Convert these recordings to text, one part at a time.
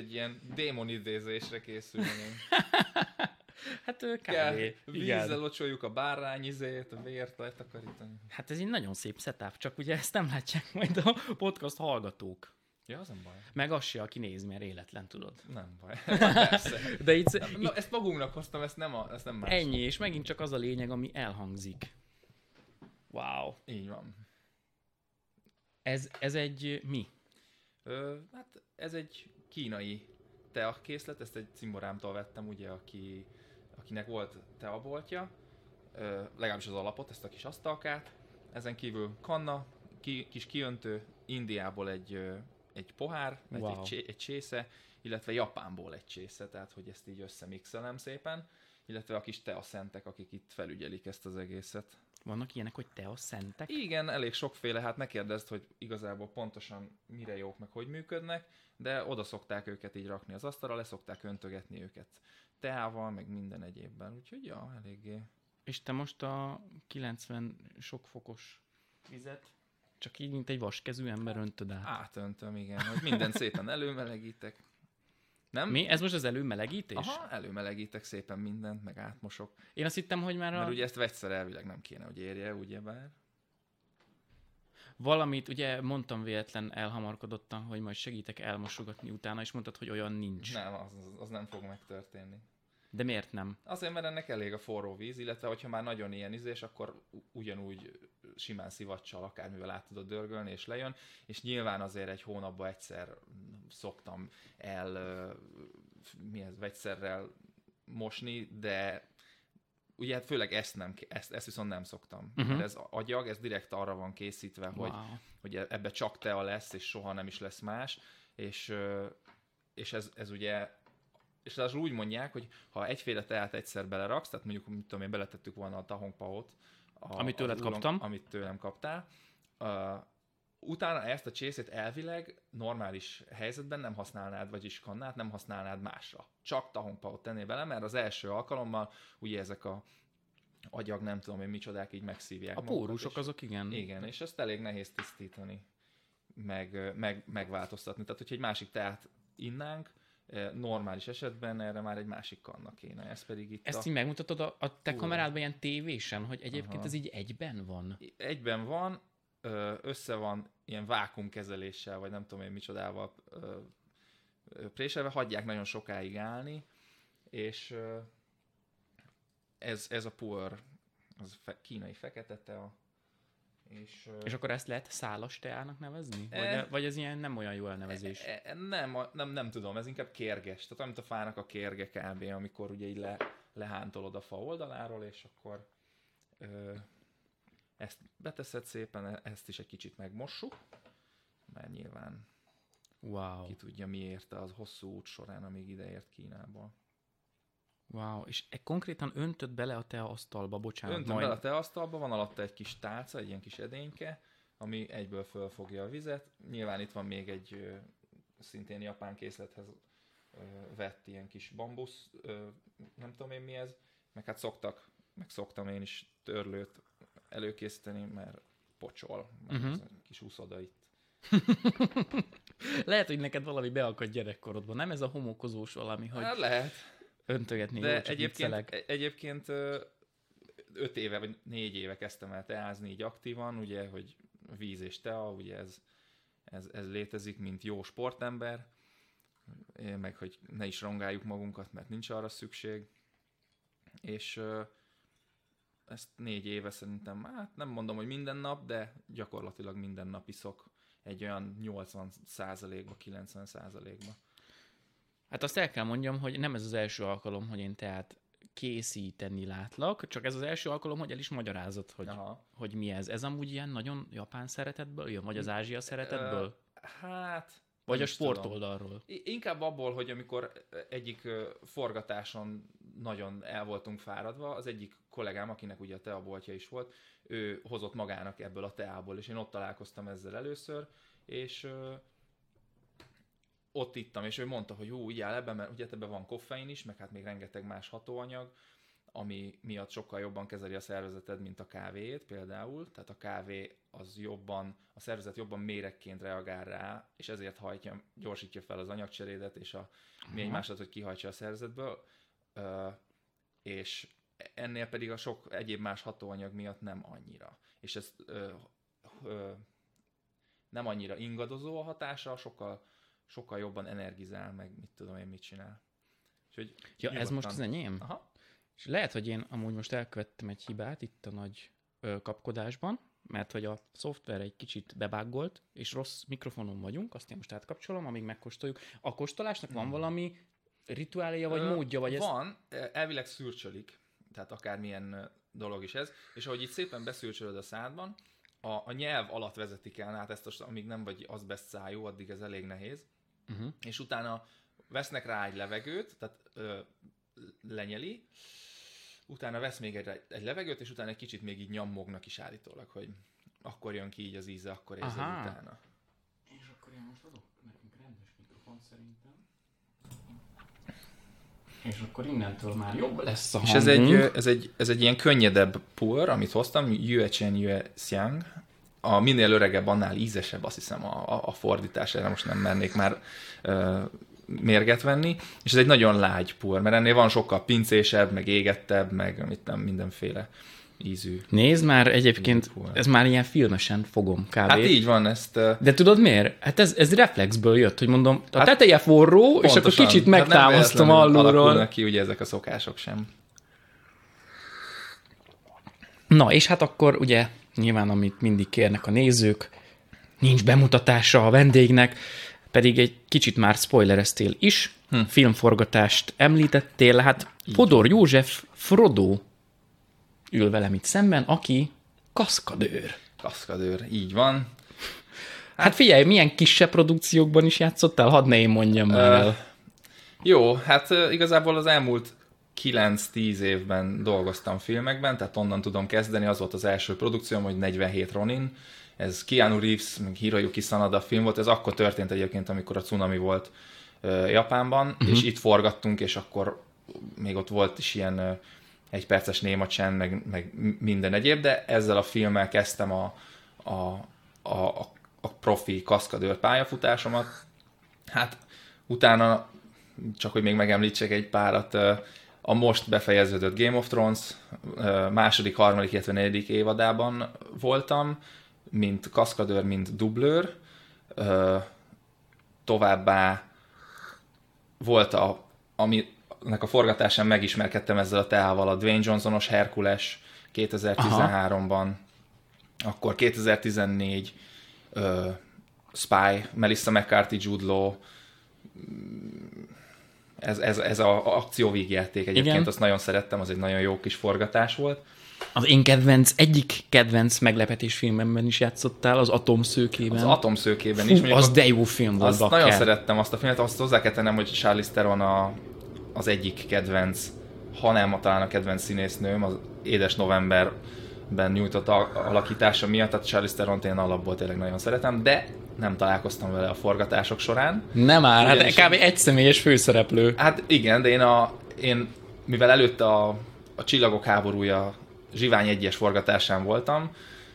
egy ilyen démonidézésre készülnénk. Hát Kell, kb. vízzel locsoljuk a bárányizét, a vért letakarítani. Hát ez egy nagyon szép setup, csak ugye ezt nem látják majd a podcast hallgatók. Ja, az nem baj. Meg az se, aki néz, mert életlen, tudod. Nem baj. Persze. De itt, Na, ezt magunknak hoztam, ezt nem más. ennyi, és megint csak az a lényeg, ami elhangzik. Wow. Így van. Ez egy mi? Hát ez egy kínai teakészlet, ezt egy cimborámtól vettem, ugye, akinek volt teaboltja, legalábbis az alapot, ezt a kis asztalkát. Ezen kívül kanna, kis kiöntő, Indiából egy pohár, Wow. egy csésze, illetve Japánból egy csésze, tehát hogy ezt így összemixelem szépen, illetve a kis teaszentek, akik itt felügyelik ezt az egészet. Vannak ilyenek, hogy teaszentek? Igen, elég sokféle, hát ne kérdezd, hogy igazából pontosan mire jók, meg hogy működnek, de oda szokták őket így rakni az asztalra, le szokták öntögetni őket teával, meg minden egyébben, úgyhogy ja, eléggé. És te most a 90 sok fokos vizet csak így, mint egy vaskezű ember öntöd át. Átöntöm, igen, hogy mindent szépen előmelegítek. Nem? Mi? Ez most az előmelegítés? Aha, előmelegítek szépen mindent, meg átmosok. Én azt hittem, hogy már Mert ugye ezt vegyszer elvileg nem kéne, hogy érje, ugyebár. valamit, ugye mondtam véletlen elhamarkodottan, hogy majd segítek elmosogatni utána, és mondtad, hogy olyan nincs. Nem, az nem fog megtörténni. De miért nem? Azért, mert ennek elég a forró víz, illetve hogyha már nagyon ilyen ízés, akkor ugyanúgy simán szivacsal akármivel át tudod dörgölni, és lejön, és nyilván azért egy hónapban egyszer szoktam vegyszerrel mosni, de ugye hát főleg ezt viszont nem szoktam. Mert ez agyag, ez direkt arra van készítve, hogy ebbe csak tea lesz, és soha nem is lesz más, és ez ugye. És az úgy mondják, hogy ha egyféle teát egyszer beleraksz, tehát mondjuk, mit tudom én, beletettük volna a Tahong Paot, amit tőled kaptam. Amit tőlem kaptál, utána ezt a csészét elvileg normális helyzetben nem használnád, vagyis kannát nem használnád másra. Csak Tahong Paot tennél bele, mert az első alkalommal ugye ezek a agyag, nem tudom én micsodák, így megszívják A pórusok azok, igen. Igen, és ezt elég nehéz tisztítani, megváltoztatni. Tehát, hogyha egy másik teát innánk, normális esetben erre már egy másik kanna kéne. Ez pedig itt ezt így megmutatod a te kamerádban ilyen tévésen, hogy egyébként ez így egyben van? Egyben van, össze van ilyen vákuumkezeléssel, vagy nem tudom én micsodával préselve, hagyják nagyon sokáig állni, és ez a puer, az kínai fekete tea, és akkor ezt lehet szálas teának nevezni? Vagy ez ilyen nem olyan jó elnevezés? Nem tudom, ez inkább kérges. Tehát amit a fának a kérge kb., amikor ugye így lehántolod a fa oldaláról, és akkor ezt beteszed szépen, ezt is egy kicsit megmossuk, mert nyilván ki tudja miért az hosszú út során, amíg ideért Kínából. Wow, és konkrétan öntöd bele a teaasztalba, bocsánat. Öntöm bele a teaasztalba, van alatta egy kis tálca, egy ilyen kis edényke, ami egyből fölfogja a vizet. Nyilván itt van még egy szintén japán készlethez vett ilyen kis bambusz, nem tudom én mi ez, meg hát szoktam én is törlőt előkészíteni, mert pocsol, mert ez a kis úszoda itt. Lehet, hogy neked valami beakadt gyerekkorodban, nem ez a homokozós valami, hogy... Hát lehet. Öntögetni, de jó, csak egyébként 5 éve vagy 4 éve kezdtem el teázni így aktívan, ugye, hogy víz és tea, ugye ez létezik, mint jó sportember, meg hogy ne is rongáljuk magunkat, mert nincs arra szükség. És ezt 4 éve szerintem, hát nem mondom, hogy minden nap, de gyakorlatilag minden nap iszok egy olyan 80%-ba, 90%-ba. Hát azt el kell mondjam, hogy nem ez az első alkalom, hogy én teát készíteni látlak, csak ez az első alkalom, hogy el is magyarázod, hogy mi ez. Ez amúgy ilyen nagyon japán szeretetből jön, vagy az Ázsia szeretetből? Hát... Vagy a sportoldalról? Inkább abból, hogy amikor egyik forgatáson nagyon el voltunk fáradva, az egyik kollégám, akinek ugye a teaboltja is volt, ő hozott magának ebből a teából, és én ott találkoztam ezzel először, és ott ittam, és ő mondta, hogy így áll ebben, mert ugye ebben van koffein is, meg hát még rengeteg más hatóanyag, ami miatt sokkal jobban kezeli a szervezeted, mint a kávéét például. Tehát a kávé az jobban, a szervezet jobban méregként reagál rá, és ezért gyorsítja fel az anyagcserédet, és a mély másolatot kihajtsa a szervezetből, és ennél pedig a sok egyéb más hatóanyag miatt nem annyira. És ez nem annyira ingadozó a hatása, sokkal jobban energizál, meg mit tudom én, mit csinál. Úgyhogy ja, ez most az enyém? Aha. És lehet, hogy én amúgy most elkövettem egy hibát itt a nagy kapkodásban, mert hogy a szoftver egy kicsit bebágolt, és rossz mikrofonon vagyunk, azt én most átkapcsolom, amíg megkóstoljuk. A kóstolásnak van valami rituálja, vagy módja? Vagy van, elvileg szürcsölik, tehát akármilyen dolog is ez, és ahogy itt szépen beszürcsölöd a szádban, a nyelv alatt vezetik el át ezt, amíg nem vagy azbest szájú, addig ez elég nehéz, és utána vesznek rá egy levegőt, tehát lenyeli, utána vesz még egy levegőt, és utána egy kicsit még így nyammognak is állítólag, hogy akkor jön ki így az íze, akkor érzed utána. És akkor én most adok nekünk rendes mikrofon szerintem. És akkor innentől már jobb lesz a hangunk. És ez egy ilyen könnyedebb puer, amit hoztam, Yue Chen Yue Xiang. A minél öregebb, annál ízesebb, azt hiszem a fordítás, erre most nem mernék már mérget venni, és ez egy nagyon lágy puer, mert ennél van sokkal pincésebb, meg égettebb, meg mindenféle ízű. Nézd már, egyébként ez már ilyen filmesen fogom kb. Hát így van ezt. De tudod miért? Hát ez reflexből jött, hogy mondom, a teteje forró, pontosan, és akkor kicsit megtámasztom alulról. Alakulnak ki ugye ezek a szokások sem. Na, és hát akkor ugye nyilván, amit mindig kérnek a nézők, nincs bemutatása a vendégnek, pedig egy kicsit már spoilereztél is, filmforgatást említettél, hát Fodor József Frodo ül velem itt szemben, aki kaszkadőr. Kaszkadőr, így van. Hát figyelj, milyen kisebb produkciókban is játszottál? Hadd ne én mondjam el. Jó, hát igazából az elmúlt 9-10 évben dolgoztam filmekben, tehát onnan tudom kezdeni, az volt az első produkcióm, hogy 47 Ronin. Ez Keanu Reeves, meg Hiroyuki Sanada film volt, ez akkor történt egyébként, amikor a cunami volt Japánban, és itt forgattunk, és akkor még ott volt is ilyen egyperces néma csend, meg minden egyéb, de ezzel a filmmel kezdtem a profi kaszkadőr pályafutásomat. Hát utána, csak hogy még megemlítsek egy párat, a most befejeződött Game of Thrones második, harmadik, illetve negyedik évadában voltam, mint kaszkadőr, mint dublőr. Továbbá volt aminek a forgatásán megismerkedtem ezzel a teával, a Dwayne Johnsonos Herkules 2013-ban. Akkor 2014 Spy, Melissa McCarthy, Jude Law, ez az akcióvígjáték egyébként, igen. Azt nagyon szerettem, az egy nagyon jó kis forgatás volt. Az én egyik kedvenc meglepetésfilmemben is játszottál, az Atomszőkében. Az Atomszőkében is. Az de jó film volt. Azt nagyon szerettem azt a filmet, azt hozzá kell tennem, hogy Charlize Theron az egyik kedvenc, hanem talán a kedvenc színésznőm, az Édes Novemberben nyújtott alakítása miatt, tehát Charlize Theron-t én alapból tényleg nagyon szeretem, de nem találkoztam vele a forgatások során. Nem áll, hát kb. Egyszemélyes főszereplő. Hát igen, de én mivel előtte a Csillagok háborúja Zsivány 1-es forgatásán voltam,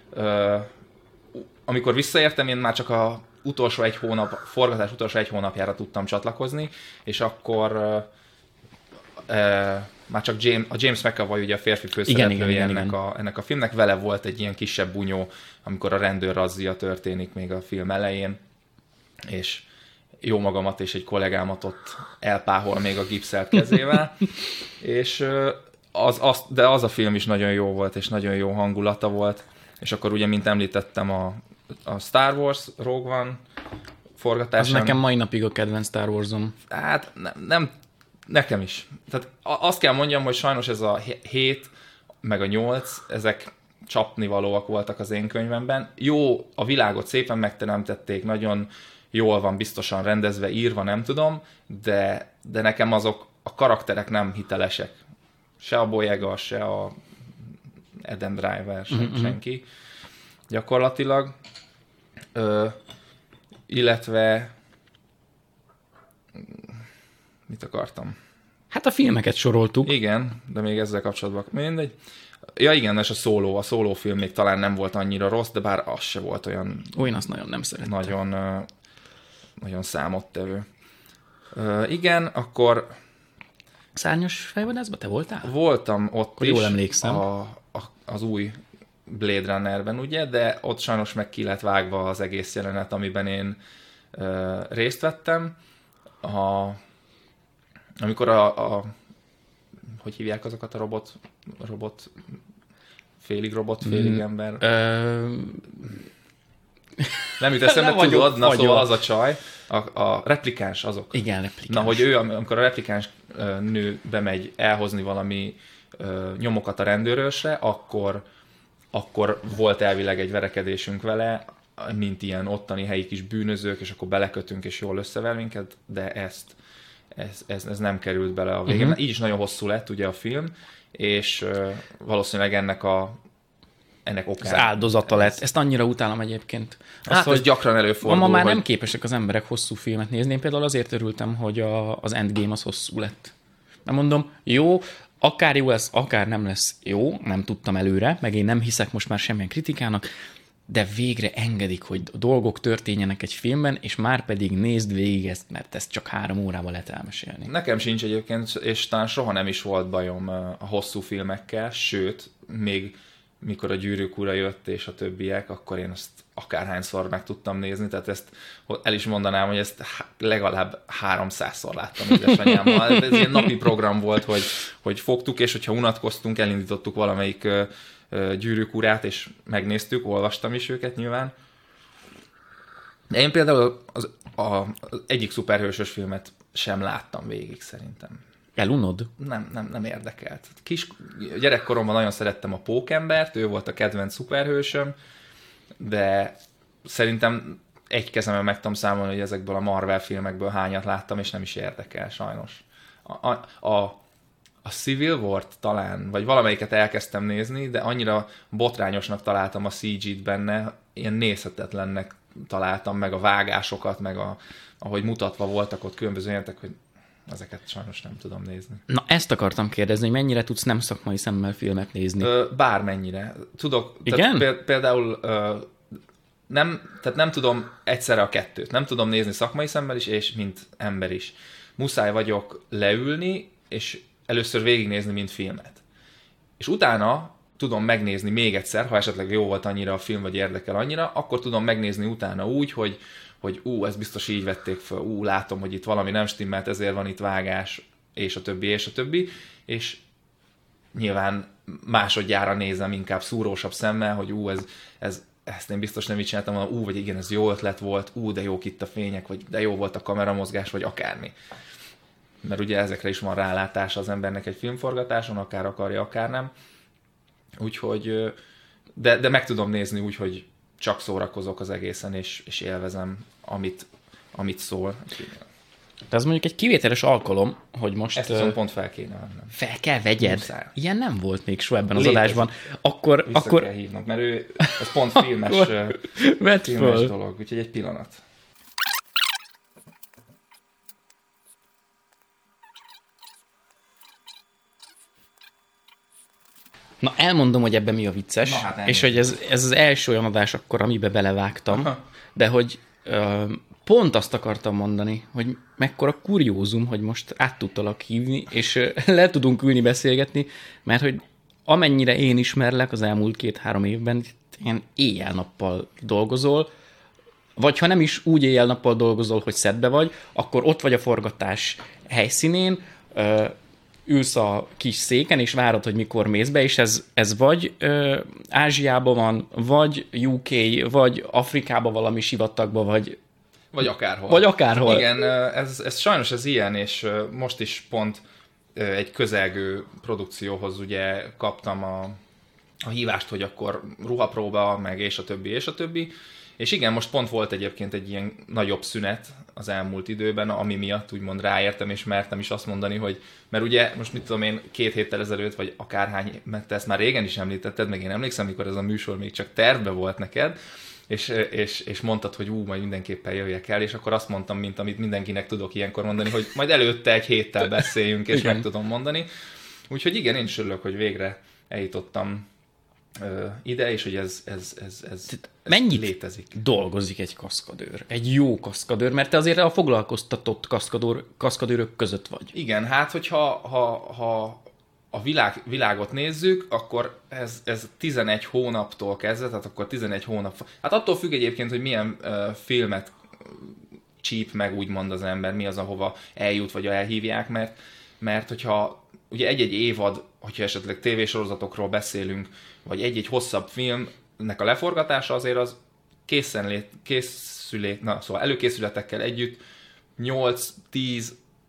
amikor visszaértem, én már csak a forgatás utolsó egy hónapjára tudtam csatlakozni, és akkor már csak a James McAvoy, ugye a férfi főszereplője ennek a filmnek, vele volt egy ilyen kisebb bunyó, amikor a rendőrrazzia történik még a film elején, és jó magamat és egy kollégámat ott elpáhol még a gipszelt kezével, és de az a film is nagyon jó volt, és nagyon jó hangulata volt, és akkor ugye, mint említettem, a Star Wars Rogue One forgatásán... Az nekem mai napig a kedvenc Star Wars-om. Hát nem nekem is. Tehát azt kell mondjam, hogy sajnos ez a 7 meg a 8, ezek csapnivalóak voltak az én könyvemben. Jó, a világot szépen megteremtették, nagyon jól van biztosan rendezve, írva, nem tudom, de nekem azok a karakterek nem hitelesek. Se a Boyega, se a Adam Driver, senki. Gyakorlatilag. Illetve mit akartam? Hát a filmeket soroltuk. Igen, de még ezzel kapcsolatban mindegy. Ja igen, és a szólófilm még talán nem volt annyira rossz, de bár az se volt olyan... Én azt nagyon nem szerettem. Nagyon számottevő. Igen, akkor... Szárnyas fejvadászban te voltál? Voltam ott akkor is. Jól emlékszem. Az új Blade Runnerben, ugye, de ott sajnos meg ki lett vágva az egész jelenet, amiben én részt vettem. Amikor hogy hívják azokat a robot félig ember. Nem jut eszembe, tudod, na szóval az a csaj, a replikáns azok. Igen, replikáns. Na, hogy ő, amikor a replikáns nő bemegy elhozni valami nyomokat a rendőrösre, akkor volt elvileg egy verekedésünk vele, mint ilyen ottani helyi kis bűnözők, és akkor belekötünk, és jól összevel minket, de ez nem került bele a végén. Így is nagyon hosszú lett ugye a film, és valószínűleg ennek okán. Az áldozata lett. Ezt annyira utálom egyébként. Ez gyakran előfordul. Ma már nem képesek az emberek hosszú filmet nézni. Én például azért örültem, hogy az Endgame az hosszú lett. Nem mondom, jó, akár jó lesz, akár nem lesz jó, nem tudtam előre, meg én nem hiszek most már semmilyen kritikának, de végre engedik, hogy dolgok történjenek egy filmben, és már pedig nézd végig ezt, mert ezt csak 3 órában lehet elmesélni. Nekem sincs egyébként, és talán soha nem is volt bajom a hosszú filmekkel, sőt, még mikor a Gyűrűk ura jött és a többiek, akkor én azt akárhányszor meg tudtam nézni, tehát ezt el is mondanám, hogy ezt legalább 300-szor láttam édesanyámmal. Ez ilyen napi program volt, hogy fogtuk, és hogyha unatkoztunk, elindítottuk valamelyik Gyűrűk urát, és megnéztük, olvastam is őket nyilván. De én például az egyik szuperhősös filmet sem láttam végig szerintem. Elunod? Nem érdekelt. Gyerekkoromban nagyon szerettem a Pókembert, ő volt a kedvenc szuperhősöm, de szerintem egy kezemben meg tudom számolni, hogy ezekből a Marvel filmekből hányat láttam, és nem is érdekel sajnos. A Civil War-t talán, vagy valamelyiket elkezdtem nézni, de annyira botrányosnak találtam a CG-t benne, ilyen nézhetetlennek találtam, meg a vágásokat, meg ahogy mutatva voltak ott különböző jelentek, hogy ezeket sajnos nem tudom nézni. Na, ezt akartam kérdezni, hogy mennyire tudsz nem szakmai szemmel filmet nézni? Bármennyire. Tudok. Igen? Tehát például nem tudom egyszerre a kettőt. Nem tudom nézni szakmai szemmel is, és mint ember is. Muszáj vagyok leülni, és először végignézni, mint filmet. És utána tudom megnézni még egyszer, ha esetleg jó volt annyira a film, vagy érdekel annyira, akkor tudom megnézni utána úgy, hogy ez biztos így vették fel, látom, hogy itt valami nem stimmelt, ezért van itt vágás, és a többi, és nyilván másodjára nézem inkább szúrósabb szemmel, hogy ezt én biztos nem így csináltam, vagy igen, ez jó ötlet volt, de jók itt a fények, vagy de jó volt a kameramozgás, vagy akármi. Mert ugye ezekre is van rálátása az embernek egy filmforgatáson, akár akarja, akár nem. Úgyhogy, de meg tudom nézni úgy, hogy csak szórakozok az egészen, és élvezem, amit szól. De az mondjuk egy kivételes alkalom, hogy most... Ezt viszont pont fel kéne vennem. Fel kell vegyed. Muszáj. Ilyen nem volt még soha ebben az adásban. Vissza kell hívnom, mert ez pont filmes dolog, úgyhogy egy pillanat. Na, elmondom, hogy ebben mi a vicces, és hogy ez az első olyan adás akkor, amiben belevágtam, de hogy pont azt akartam mondani, hogy mekkora kuriózum, hogy most át tudtalak hívni, és le tudunk ülni beszélgetni, mert hogy amennyire én ismerlek az elmúlt 2-3 évben, ilyen éjjel-nappal dolgozol, vagy ha nem is úgy éjjel-nappal dolgozol, hogy szettbe vagy, akkor ott vagy a forgatás helyszínén, ülsz a kis széken, és várod, hogy mikor mész be, és ez vagy Ázsiában van, vagy UK, vagy Afrikában valami sivatagban, vagy akárhol. Vagy akárhol. Igen, ez sajnos ez ilyen, és most is pont egy közelgő produkcióhoz ugye kaptam a hívást, hogy akkor ruhapróba, meg és a többi. És igen, most pont volt egyébként egy ilyen nagyobb szünet az elmúlt időben, ami miatt úgymond ráértem, és mertem is azt mondani, hogy, mert ugye most mit tudom én, 2 héttel ezelőtt, vagy akárhány, mert te ezt már régen is említetted, meg én emlékszem, mikor ez a műsor még csak tervbe volt neked, és mondtad, hogy majd mindenképpen jöjjek el, és akkor azt mondtam, mint amit mindenkinek tudok ilyenkor mondani, hogy majd előtte egy héttel beszéljünk, és meg tudom mondani. Úgyhogy igen, én is örülök, hogy végre eljutottam ide, és hogy ez mennyit létezik. Dolgozik egy kaszkadőr? Egy jó kaszkadőr, mert te azért a foglalkoztatott kaszkadőrök között vagy. Igen, hát hogyha a világot nézzük, akkor ez 11 hónaptól kezdve, tehát akkor 11 hónap. Hát attól függ egyébként, hogy milyen filmet csíp meg úgymond az ember, mi az, ahova eljut, vagy elhívják, mert hogyha ugye egy-egy évad, hogyha esetleg tévésorozatokról beszélünk, vagy egy-egy hosszabb filmnek a leforgatása azért az szóval előkészületekkel együtt 8-10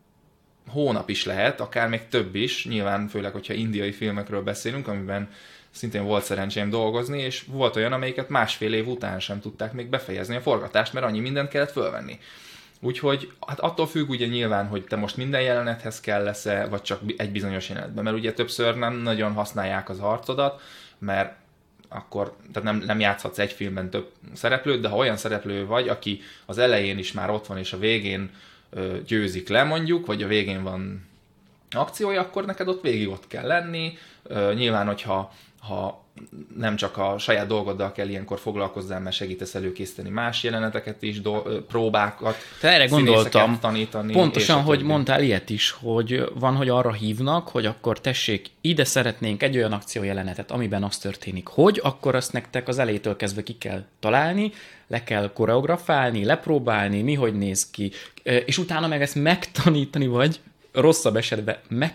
hónap is lehet, akár még több is, nyilván főleg, hogyha indiai filmekről beszélünk, amiben szintén volt szerencsém dolgozni, és volt olyan, amelyiket másfél év után sem tudták még befejezni a forgatást, mert annyi mindent kellett fölvenni. Úgyhogy hát attól függ ugye nyilván, hogy te most minden jelenethez kell lesz-e, vagy csak egy bizonyos jelenetben, mert ugye többször nem nagyon használják az arcodat, mert akkor tehát nem játszhatsz egy filmben több szereplőt, de ha olyan szereplő vagy, aki az elején is már ott van, és a végén győzik le mondjuk, vagy a végén van akciója, akkor neked ott végig ott kell lenni. Nyilván, hogyha nem csak a saját dolgoddal kell ilyenkor foglalkozzál, mert segítesz előkészíteni más jeleneteket is, próbákat, te erre gondoltam, tanítani. Pontosan, hogy mondtál ilyet is, hogy van, hogy arra hívnak, hogy akkor tessék, ide szeretnénk egy olyan akciójelenetet, amiben az történik, hogy akkor azt nektek az elejétől kezdve ki kell találni, le kell koreografálni, lepróbálni, mi hogy néz ki, és utána meg ezt megtanítani, vagy rosszabb esetben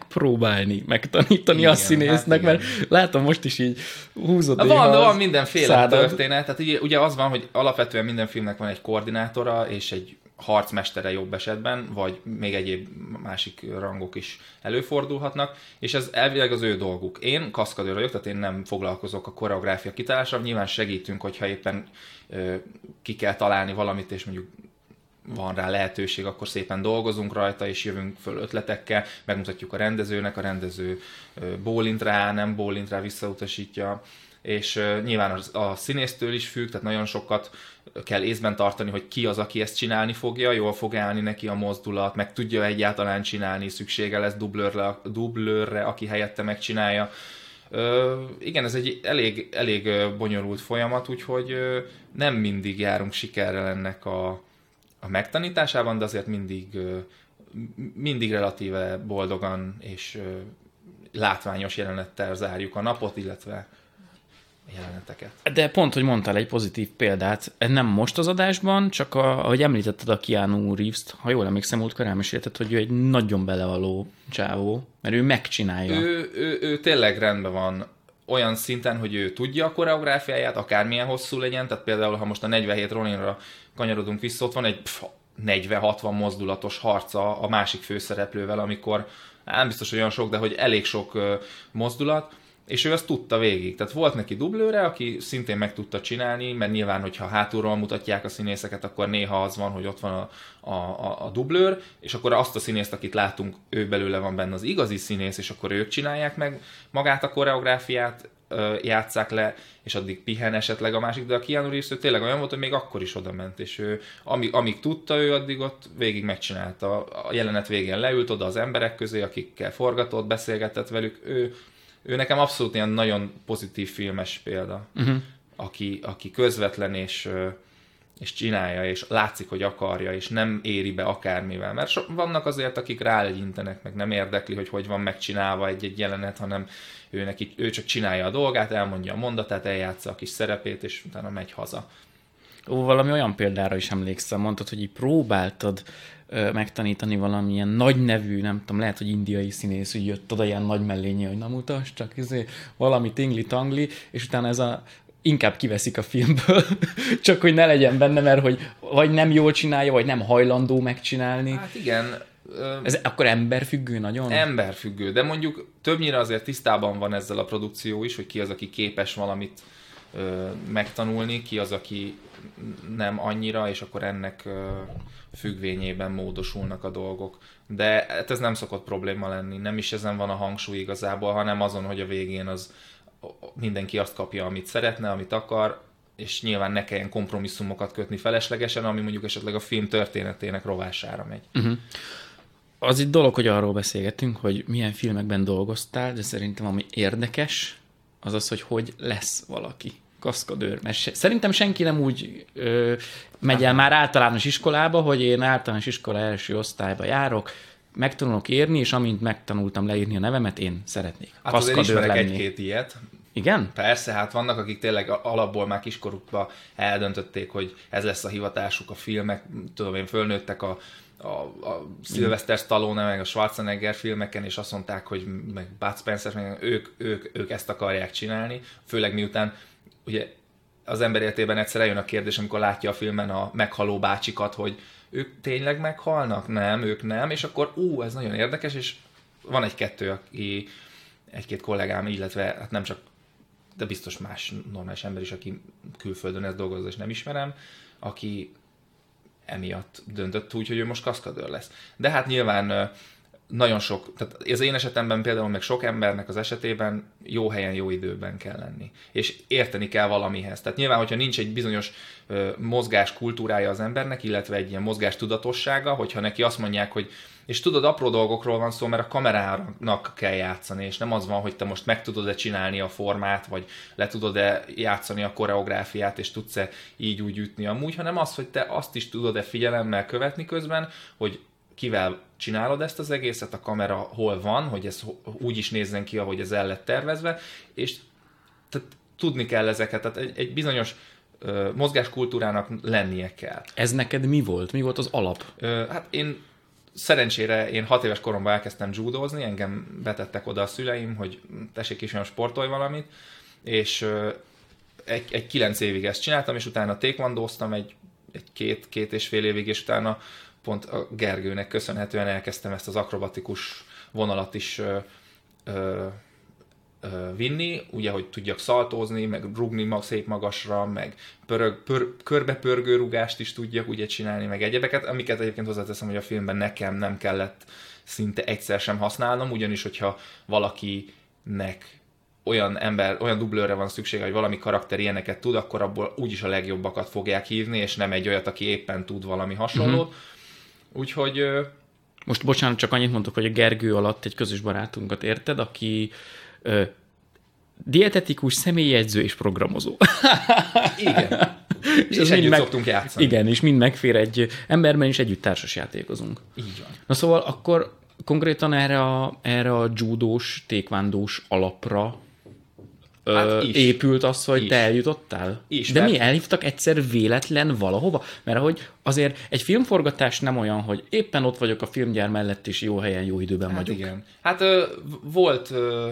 megtanítani igen, a színésznek, hát mert látom most is így húzott. Van mindenféle történet, tehát ugye az van, hogy alapvetően minden filmnek van egy koordinátora, és egy harcmestere jobb esetben, vagy még egyéb másik rangok is előfordulhatnak, és ez elvileg az ő dolguk. Én kaszkadőr vagyok, tehát én nem foglalkozok a koreográfia kitalálással, nyilván segítünk, hogyha éppen ki kell találni valamit, és mondjuk van rá lehetőség, akkor szépen dolgozunk rajta, és jövünk föl ötletekkel, megmutatjuk a rendezőnek, a rendező bólint rá, nem bólint rá, visszautasítja, és nyilván a színésztől is függ, tehát nagyon sokat kell észben tartani, hogy ki az, aki ezt csinálni fogja, jól fog állni neki a mozdulat, meg tudja egyáltalán csinálni, szüksége lesz dublőrre, aki helyette megcsinálja. Igen, ez egy elég bonyolult folyamat, úgyhogy nem mindig járunk sikerrel ennek a megtanításában, de azért mindig relatíve boldogan és látványos jelenettel zárjuk a napot, illetve jeleneteket. De pont, hogy mondtál egy pozitív példát, nem most az adásban, csak ahogy említetted a Keanu Reeves-t, ha jól emlékszem, múltkor elmesélted, hogy ő egy nagyon belevaló csávó, mert ő megcsinálja. Ő tényleg rendben van olyan szinten, hogy ő tudja a koreográfiáját, akármilyen hosszú legyen, tehát például, ha most a 47 Roninra kanyarodunk vissza, ott van egy 40-60 mozdulatos harca a másik főszereplővel, amikor nem biztos, hogy olyan sok, de hogy elég sok mozdulat, és ő azt tudta végig. Tehát volt neki dublőre, aki szintén meg tudta csinálni, mert nyilván, hogyha hátulról mutatják a színészeket, akkor néha az van, hogy ott van a dublőr, és akkor azt a színészt, akit látunk, ő belőle van benne az igazi színész, és akkor ők csinálják meg magát a koreográfiát, játsszák le, és addig pihen esetleg a másik, de a Keanu Reeves tényleg olyan volt, hogy még akkor is oda ment, és ő, amíg tudta, ő addig ott végig megcsinálta. A jelenet végén leült oda az emberek közé, akikkel forgatott, beszélgetett velük, ő nekem abszolút ilyen nagyon pozitív filmes példa, aki közvetlen és csinálja, és látszik, hogy akarja, és nem éri be akármivel. Mert vannak azért, akik rálegyintenek, meg nem érdekli, hogy van megcsinálva egy jelenet, hanem ő csak csinálja a dolgát, elmondja a mondatát, eljátsza a kis szerepét, és utána megy haza. Valami olyan példára is emlékszem, mondtad, hogy így próbáltad megtanítani valamilyen nagy nevű, nem tudom, lehet, hogy indiai színész, úgy jött oda ilyen nagy mellényi, hogy na mutass, csak valami tingli-tangli, és utána ez inkább kiveszik a filmből, csak hogy ne legyen benne, mert hogy vagy nem jól csinálja, vagy nem hajlandó megcsinálni. Hát igen. Ez akkor emberfüggő nagyon? Emberfüggő, de mondjuk többnyire azért tisztában van ezzel a produkció is, hogy ki az, aki képes valamit megtanulni, ki az, aki nem annyira, és akkor ennek függvényében módosulnak a dolgok. De hát ez nem szokott probléma lenni, nem is ezen van a hangsúly igazából, hanem azon, hogy a végén mindenki azt kapja, amit szeretne, amit akar, és nyilván ne kelljen kompromisszumokat kötni feleslegesen, ami mondjuk esetleg a film történetének rovására megy. Uh-huh. Az itt dolog, hogy arról beszélgetünk, hogy milyen filmekben dolgoztál, de szerintem ami érdekes, az az, hogy lesz valaki kaszkadőr. Mert szerintem senki nem úgy megy el már általános iskolába, hogy én általános iskola első osztályba járok, megtanulok írni, és amint megtanultam leírni a nevemet, én szeretnék kaszkadőr lenni. Egy-két ilyet. Igen? Persze, hát vannak, akik tényleg alapból már kiskorukban eldöntötték, hogy ez lesz a hivatásuk, a filmek, tudom én, fölnőttek a Sylvester Stallone, meg a Schwarzenegger filmeken, és azt mondták, hogy meg Bud Spencer, meg ők ezt akarják csinálni, főleg miután ugye az ember életében egyszer eljön a kérdés, amikor látja a filmen a meghaló bácsikat, hogy ők tényleg meghalnak? Nem, ők nem, és akkor ez nagyon érdekes, és van egy-két kollégám, illetve hát nem csak, de biztos más normális ember is, aki külföldön ezt dolgozza, és nem ismerem, aki emiatt döntött úgy, hogy ő most kaszkadőr lesz. De hát nyilván nagyon sok, tehát az én esetemben például, meg sok embernek az esetében jó helyen, jó időben kell lenni. És érteni kell valamihez. Tehát nyilván, hogyha nincs egy bizonyos mozgás kultúrája az embernek, illetve egy ilyen mozgás tudatossága, hogyha neki azt mondják, hogy és tudod, apró dolgokról van szó, mert a kamerának kell játszani, és nem az van, hogy te most meg tudod-e csinálni a formát, vagy le tudod-e játszani a koreográfiát, és tudsz-e így úgy ütni amúgy, hanem az, hogy te azt is tudod-e figyelemmel követni közben, hogy kivel csinálod ezt az egészet, a kamera hol van, hogy ez úgy is nézzen ki, ahogy ez el lett tervezve, és tehát tudni kell ezeket, tehát egy bizonyos mozgáskultúrának lennie kell. Ez neked mi volt? Mi volt az alap? Hát szerencsére 6 éves koromban elkezdtem judózni, engem betettek oda a szüleim, hogy tessék kisfiam, sportolj valamit, és egy 9 évig ezt csináltam, és utána taekwondóztam egy két és fél évig, és utána pont a Gergőnek köszönhetően elkezdtem ezt az akrobatikus vonalat is vinni, ugye, hogy tudjak szaltózni, meg rugni szép magasra, meg körbepörgő rugást is tudjak ugye csinálni, meg egyebeket, amiket egyébként hozzáteszem, hogy a filmben nekem nem kellett szinte egyszer sem használnom, ugyanis, hogyha valakinek olyan dublőrre van szüksége, hogy valami karakter ilyeneket tud, akkor abból úgyis a legjobbakat fogják hívni, és nem egy olyat, aki éppen tud valami hasonlót. Uh-huh. Úgyhogy... Most bocsánat, csak annyit mondok, hogy a Gergő alatt egy közös barátunkat érted, aki dietetikus, személyjegyző és programozó. Igen. És együtt szoktunk játszani. Igen, és mind megfér egy emberben, és együtt társasjátékozunk. Így van. Na szóval akkor konkrétan erre a judós, taekwondós alapra épült az, hogy te eljutottál? De mi elhívtak egyszer véletlen valahova? Mert ahogy azért egy filmforgatás nem olyan, hogy éppen ott vagyok a filmgyár mellett, és jó helyen, jó időben vagyok. Igen. Hát volt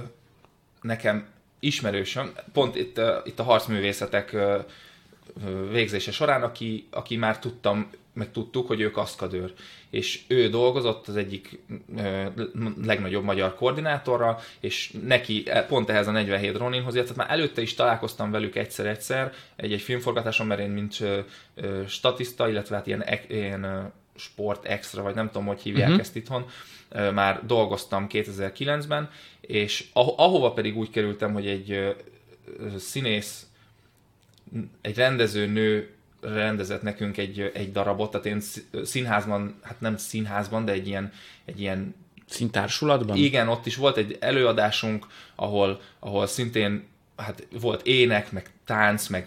nekem ismerősöm, pont itt a harcművészetek végzése során, aki már tudtuk, hogy ő kaszkadőr. És ő dolgozott az egyik legnagyobb magyar koordinátorra, és neki pont ehhez a 47 Roninhoz, tehát már előtte is találkoztam velük egyszer egy filmforgatáson, mert én mint statiszta, illetve hát ilyen sport extra, vagy nem tudom, hogy hívják ezt itthon, már dolgoztam 2009-ben, és ahova pedig úgy kerültem, hogy egy színész, egy rendezőnő rendezett nekünk egy darabot, tehát én színházban, hát nem színházban, de egy ilyen színtársulatban? Igen, ott is volt egy előadásunk, ahol szintén hát volt ének, meg tánc, meg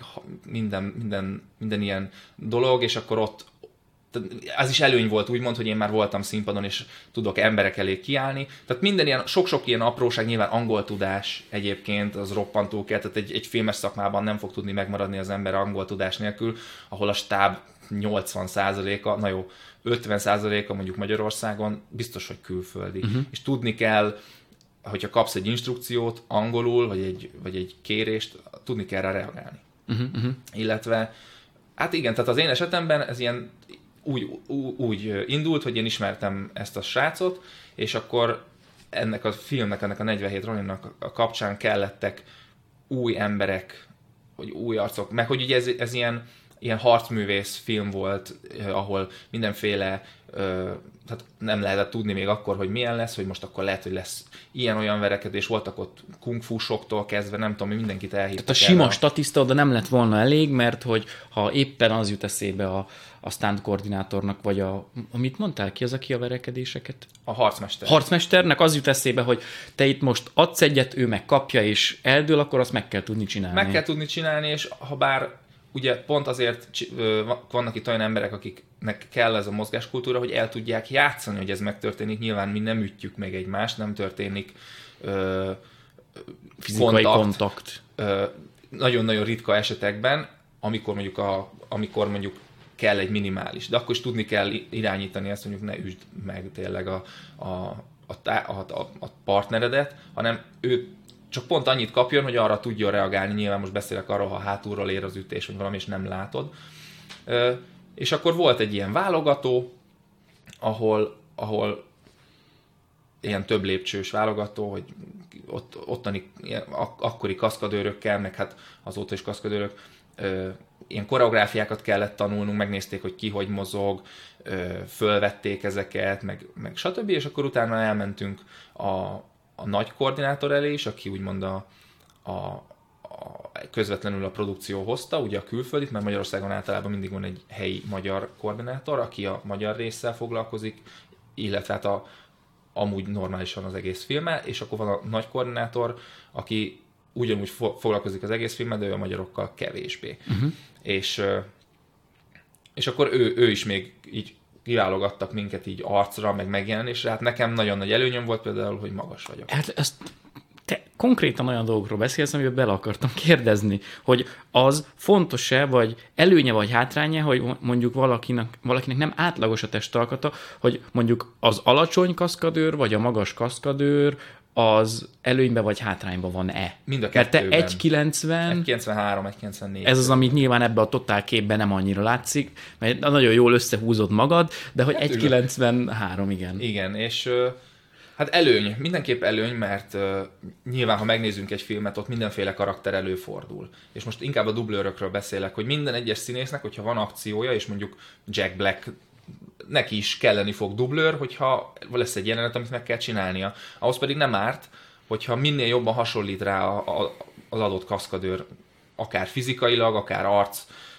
minden ilyen dolog, és akkor ott az is előny volt, úgymond, hogy én már voltam színpadon, és tudok emberek elé kiállni. Tehát minden ilyen, sok-sok ilyen apróság, nyilván angol tudás egyébként, az roppantó kell, tehát egy filmes szakmában nem fog tudni megmaradni az ember angol tudás nélkül, ahol a stáb 80%-a, na jó, 50%-a mondjuk Magyarországon biztos, hogy külföldi. És tudni kell, hogyha kapsz egy instrukciót angolul, vagy egy kérést, tudni kell rá reagálni. Illetve, hát igen, tehát az én esetemben ez ilyen úgy indult, hogy én ismertem ezt a srácot, és akkor ennek a filmnek, ennek a 47 Roninnak a kapcsán kellettek új emberek, vagy új arcok, meg hogy ugye ez ilyen ilyen harcművész film volt, ahol mindenféle, tehát nem lehetett tudni még akkor, hogy milyen lesz, hogy most akkor lehet, hogy lesz ilyen-olyan verekedés, voltak ott kungfusoktól kezdve, nem tudom, mindenkit elhívtak. Tehát a sima statiszta oda nem lett volna elég, mert hogy ha éppen az jut eszébe a stunt koordinátornak, vagy amit mondtál, ki az, aki a verekedéseket? A harcmester. Harcmesternek az jut eszébe, hogy te itt most adsz egyet, ő meg kapja, és eldől, akkor azt meg kell tudni csinálni. Meg kell tudni csinálni, és ha bár ugye pont azért vannak itt olyan emberek, akiknek kell ez a mozgáskultúra, hogy el tudják játszani, hogy ez megtörténik. Nyilván mi nem ütjük meg egymást, nem történik fizikai kontakt. Nagyon-nagyon ritka esetekben, amikor mondjuk kell egy minimális. De akkor is tudni kell irányítani ezt, mondjuk ne üsd meg tényleg a partneredet, hanem ő csak pont annyit kapjon, hogy arra tudjon reagálni. Nyilván most beszélek arról, ha hátulról ér az ütés, vagy valami, és nem látod. És akkor volt egy ilyen válogató, ahol ilyen több lépcsős válogató, hogy ottani akkori kaszkadőrökkel, meg hát azóta is kaszkadőrök, ilyen koreográfiákat kellett tanulnunk, megnézték, hogy ki hogy mozog, fölvették ezeket, meg stb. És akkor utána elmentünk a nagy koordinátor elé is, aki úgymond közvetlenül a produkció hozta, ugye a külföldit, mert Magyarországon általában mindig van egy helyi magyar koordinátor, aki a magyar résszel foglalkozik, illetve hát amúgy normálisan az egész filmmel, és akkor van a nagy koordinátor, aki ugyanúgy foglalkozik az egész filmmel, de ő a magyarokkal kevésbé. Uh-huh. És akkor ő is még így kiválogattak minket így arcra, meg megjelenésre. Hát nekem nagyon nagy előnyöm volt például, hogy magas vagyok. Hát te konkrétan olyan dolgokról beszélsz, amiben bele akartam kérdezni, hogy az fontos-e, vagy előnye, vagy hátránya, hogy mondjuk valakinek nem átlagos a testalkata, hogy mondjuk az alacsony kaszkadőr, vagy a magas kaszkadőr az előnyben vagy hátrányban van-e? Mind a kettőben. Mert te 1,90... 1,93, 1,94. Ez az, amit nyilván ebbe a totál képben nem annyira látszik, mert nagyon jól összehúzod magad, de hogy 1,93, igen. Igen, és hát előny, mindenképp előny, mert nyilván, ha megnézzünk egy filmet, ott mindenféle karakter előfordul. És most inkább a dublőrökről beszélek, hogy minden egyes színésznek, hogyha van akciója, és mondjuk Jack Black neki is kelleni fog dublőr, hogyha lesz egy jelenet, amit meg kell csinálnia. Ahhoz pedig nem árt, hogyha minél jobban hasonlít rá az adott kaszkadőr, akár fizikailag, akár arc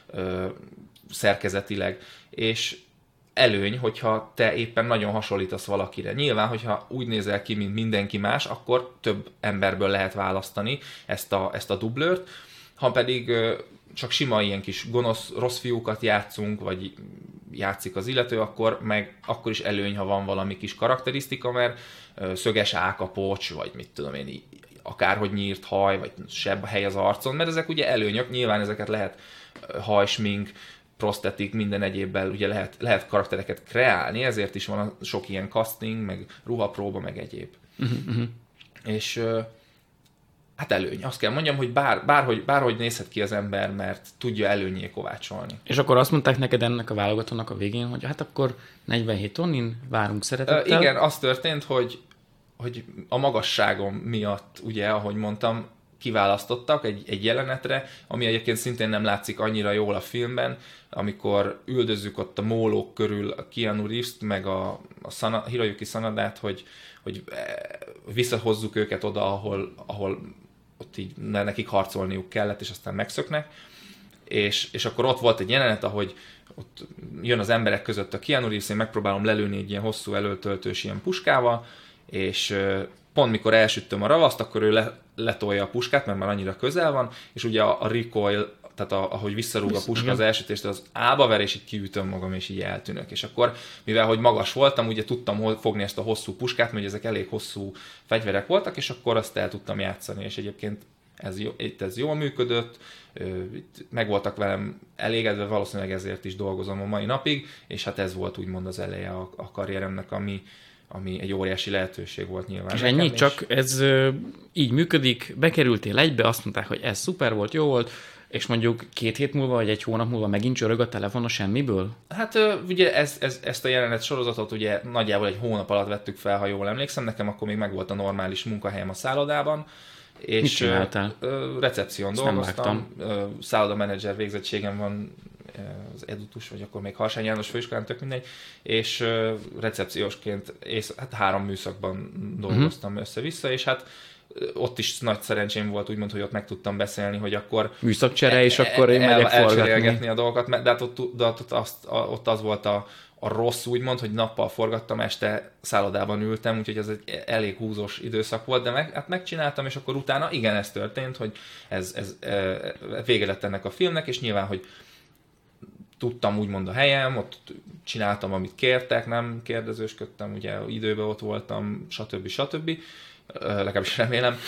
szerkezetileg, és előny, hogyha te éppen nagyon hasonlítasz valakire. Nyilván, hogyha úgy nézel ki, mint mindenki más, akkor több emberből lehet választani ezt a dublőrt. Ha pedig csak sima ilyen kis gonosz, rossz fiúkat játszunk, vagy játszik az illető, akkor is előny, ha van valami kis karakterisztika, mert szöges ákapocs, vagy mit tudom én, akárhogy nyírt haj, vagy sebb hely az arcon, mert ezek ugye előnyök, nyilván ezeket lehet hajsmink, prosztetik, minden egyébben ugye lehet karaktereket kreálni, ezért is van sok ilyen casting, meg ruhapróba, meg egyéb. Uh-huh. És hát előny. Azt kell mondjam, hogy bárhogy nézhet ki az ember, mert tudja előnyé kovácsolni. És akkor azt mondták neked ennek a válogatónak a végén, hogy hát akkor 47 tonnin várunk szeretettel. Igen, az történt, hogy a magasságom miatt, ugye, ahogy mondtam, kiválasztottak egy jelenetre, ami egyébként szintén nem látszik annyira jól a filmben, amikor üldözzük ott a mólók körül a Keanu Reeves-t, meg a Hiroyuki Sanadát, hogy visszahozzuk őket oda, ahol ott így nekik harcolniuk kellett, és aztán megszöknek. És akkor ott volt egy jelenet, ahogy ott jön az emberek között a Keanu Reeves, én megpróbálom lelőni egy ilyen hosszú előtöltős ilyen puskával, és pont mikor elsütöm a ravaszt, akkor ő letolja a puskát, mert már annyira közel van, és ugye a recoil, tehát ahogy visszarúg a puska az elsütést, az ába ver, és így kiütöm magam, és így eltűnök. És akkor, mivel hogy magas voltam, ugye tudtam fogni ezt a hosszú puskát, mert ezek elég hosszú fegyverek voltak, és akkor azt el tudtam játszani, és egyébként ez jól működött, meg voltak velem elégedve, valószínűleg ezért is dolgozom a mai napig, és hát ez volt úgymond az eleje a karrieremnek, ami egy óriási lehetőség volt nyilván. És ennyi, csak ez így működik, bekerültél egybe, azt mondták, hogy ez szuper volt, jó volt, és mondjuk 2 hét múlva, vagy 1 hónap múlva megint csörög a telefon a semmiből? Hát ugye ezt a jelenet sorozatot ugye nagyjából 1 hónap alatt vettük fel, ha jól emlékszem, nekem akkor még megvolt a normális munkahelyem a szállodában, és recepción dolgoztam, szállodamenedzser végzettségem van az Edutus, vagy akkor még Harsány János főiskolán, tök mindegy, és recepciósként hát 3 műszakban dolgoztam össze-vissza, és hát ott is nagy szerencsém volt, úgymond, hogy ott meg tudtam beszélni, hogy akkor műszakcsere, és akkor én megyek forgatni a dolgokat, de hát ott az volt a rossz, úgymond, hogy nappal forgattam, este szállodában ültem, úgyhogy ez egy elég húzós időszak volt, de hát megcsináltam, és akkor utána igen, ez történt, hogy ez vége lett ennek a filmnek, és nyilván, hogy tudtam úgymond a helyem, ott csináltam, amit kértek, nem kérdezősködtem, ugye időben ott voltam, stb. Legalábbis remélem.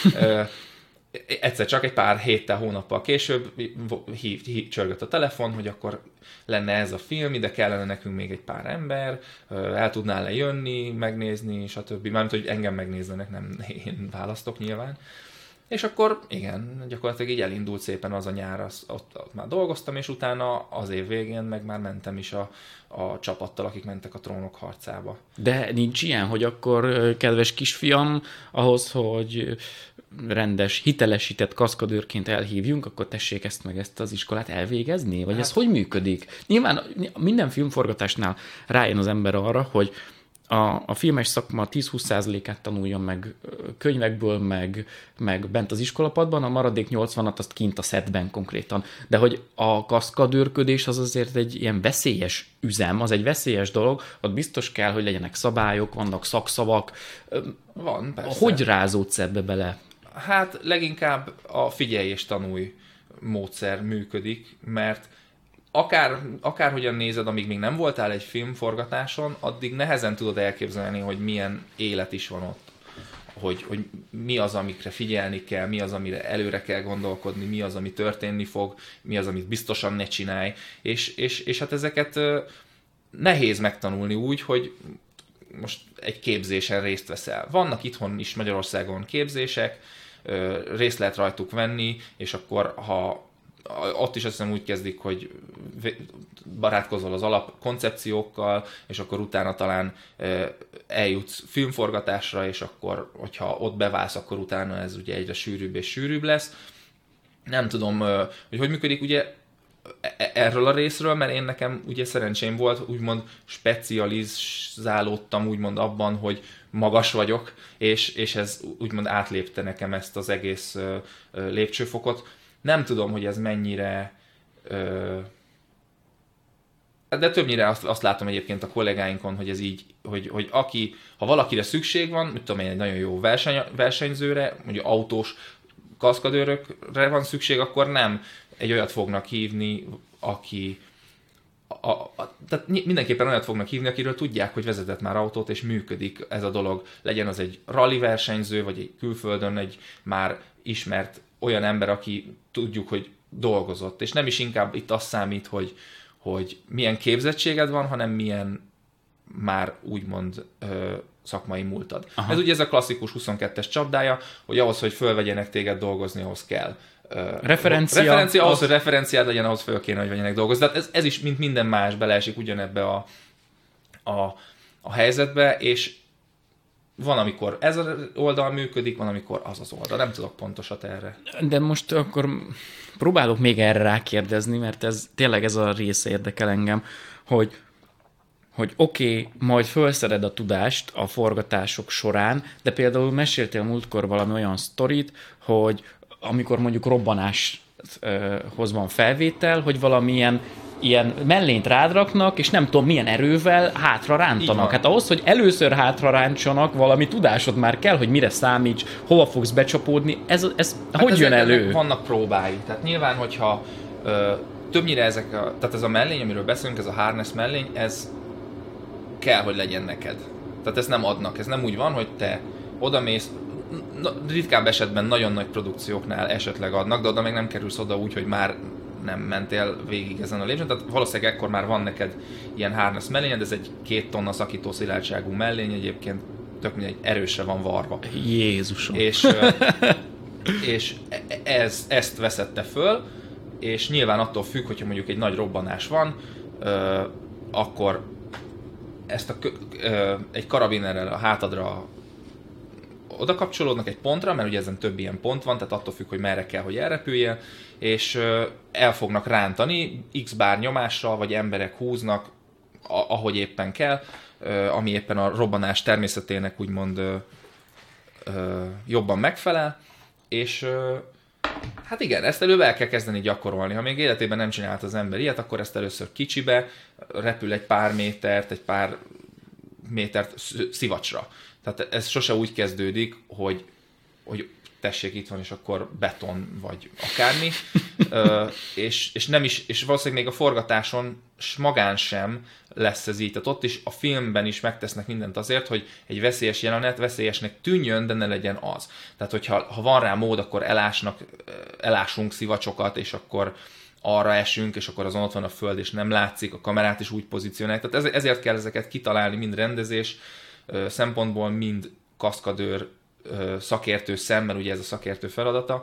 Egyszer csak egy pár héttel, hónappal később csörgött a telefon, hogy akkor lenne ez a film, ide kellene nekünk még egy pár ember, el tudnál lejönni, megnézni, stb. Mármint, hogy engem megnézzenek, nem én választok nyilván. És akkor igen, gyakorlatilag így elindult szépen az a nyár, ott már dolgoztam, és utána az év végén meg már mentem is a csapattal, akik mentek a Trónok harcába. De nincs ilyen, hogy akkor, kedves kisfiam, ahhoz, hogy rendes, hitelesített kaszkadőrként elhívjunk, akkor tessék ezt az iskolát elvégezni? Vagy hát, ez hogy működik? Nyilván minden filmforgatásnál rájön az ember arra, hogy a filmes szakma 10-20%-át tanuljon meg könyvekből, meg bent az iskolapadban, a maradék 80-at azt kint a szetben konkrétan. De hogy a kaszkadőrködés az azért egy ilyen veszélyes üzem, az egy veszélyes dolog, ott biztos kell, hogy legyenek szabályok, vannak szakszavak. Van, persze. Hogy rázódsz ebbe bele? Hát leginkább a figyelj és tanulj módszer működik, mert akárhogyan nézed, amíg még nem voltál egy filmforgatáson, addig nehezen tudod elképzelni, hogy milyen élet is van ott. Hogy mi az, amikre figyelni kell, mi az, amire előre kell gondolkodni, mi az, ami történni fog, mi az, amit biztosan ne csinálj. És hát ezeket nehéz megtanulni úgy, hogy most egy képzésen részt veszel. Vannak itthon is Magyarországon képzések, részt lehet rajtuk venni, és akkor ha ott is azt hiszem úgy kezdik, hogy barátkozol az alapkoncepciókkal, és akkor utána talán eljutsz filmforgatásra, és akkor, hogyha ott beválsz, akkor utána ez ugye egyre sűrűbb és sűrűbb lesz. Nem tudom, hogy működik ugye erről a részről, mert én nekem ugye szerencsém volt, úgymond specializálódtam úgymond abban, hogy magas vagyok, és ez úgymond átlépte nekem ezt az egész lépcsőfokot. Nem tudom, hogy ez mennyire... De többnyire azt látom egyébként a kollégáinkon, hogy ez így, hogy ha valakire szükség van, mit tudom én, egy nagyon jó versenyzőre, mondjuk autós kaszkadőrökre van szükség, akkor nem egy olyat fognak hívni, aki... Tehát mindenképpen olyat fognak hívni, akiről tudják, hogy vezetett már autót, és működik ez a dolog. Legyen az egy rally versenyző, vagy egy külföldön egy már ismert olyan ember, aki tudjuk, hogy dolgozott. És nem is inkább itt az számít, hogy milyen képzettséged van, hanem milyen már úgymond szakmai múltad. Aha. Ez ugye ez a klasszikus 22-es csapdája, hogy ahhoz, hogy fölvegyenek téged dolgozni, ahhoz kell referencia, ahhoz, hogy referenciád legyen, ahhoz föl kéne, hogy vegyenek dolgozni. Tehát ez is, mint minden más, beleesik ugyanebbe a helyzetbe, és van, amikor ez az oldal működik, van, amikor az az oldal. Nem tudok pontosat erre. De most akkor próbálok még erre rákérdezni, mert tényleg ez a része érdekel engem, hogy oké, majd felszeded a tudást a forgatások során, de például meséltél múltkor valami olyan sztorit, hogy amikor mondjuk robbanáshoz van felvétel, hogy valamilyen ilyen mellényt rád raknak, és nem tudom milyen erővel hátra rántanak. Hát ahhoz, hogy először hátra rántsanak, valami tudásod már kell, hogy mire számíts, hova fogsz becsapódni, ez hát hogy jön elő? Vannak próbái. Tehát nyilván, hogyha többnyire tehát ez a mellény, amiről beszélünk, ez a harness mellény, ez kell, hogy legyen neked. Tehát ezt nem adnak. Ez nem úgy van, hogy te odamész, ritkább esetben nagyon nagy produkcióknál esetleg adnak, de oda még nem kerülsz oda úgy, hogy már nem mentél végig ezen a lépcsőn, tehát valószínűleg ekkor már van neked ilyen harness mellényed, ez egy 2 tonna szakító szilárdságú mellény, egyébként tök mindegy, erősre van varva. Jézusom! És ezt veszette föl, és nyilván attól függ, hogyha mondjuk egy nagy robbanás van, akkor ezt egy karabinerrel a hátadra oda kapcsolódnak egy pontra, mert ugye ezen több ilyen pont van, tehát attól függ, hogy merre kell, hogy elrepüljél, és el fognak rántani x bár nyomással, vagy emberek húznak, ahogy éppen kell, ami éppen a robbanás természetének úgymond jobban megfelel, és hát igen, ezt előbb el kell kezdeni gyakorolni. Ha még életében nem csinált az ember ilyet, akkor ezt először kicsibe, repül egy pár métert szivacsra. Tehát ez sose úgy kezdődik, hogy tessék, itt van, és akkor beton, vagy akármi. És nem is, és valószínűleg még a forgatáson magán sem lesz ez így. Tehát ott is, a filmben is megtesznek mindent azért, hogy egy veszélyes jelenet veszélyesnek tűnjön, de ne legyen az. Tehát, hogyha van rá mód, akkor elásunk szivacsokat, és akkor arra esünk, és akkor azon ott van a föld, és nem látszik, a kamerát is úgy pozícionálják. Tehát ezért kell ezeket kitalálni, mind rendezés szempontból, mind kaszkadőr szakértő szemmel, ugye ez a szakértő feladata,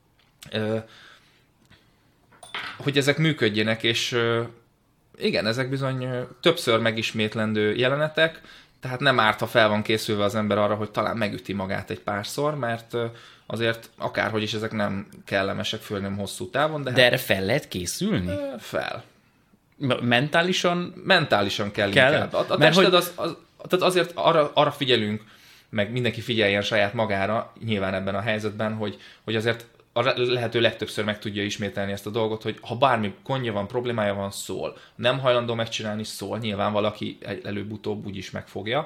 hogy ezek működjenek, és igen, ezek bizony többször megismétlendő jelenetek, tehát nem árt, ha fel van készülve az ember arra, hogy talán megüti magát egy párszor, mert azért akárhogy is ezek nem kellemesek, főleg nem hosszú távon. De erre fel lehet készülni? Fel. Mentálisan? Mentálisan kell inkább. A tested tehát azért arra figyelünk, meg mindenki figyeljen saját magára, nyilván ebben a helyzetben, hogy azért a lehető legtöbbször meg tudja ismételni ezt a dolgot, hogy ha bármi gondja van, problémája van, szól. Nem hajlandó megcsinálni, szól. Nyilván valaki előbb-utóbb úgyis megfogja.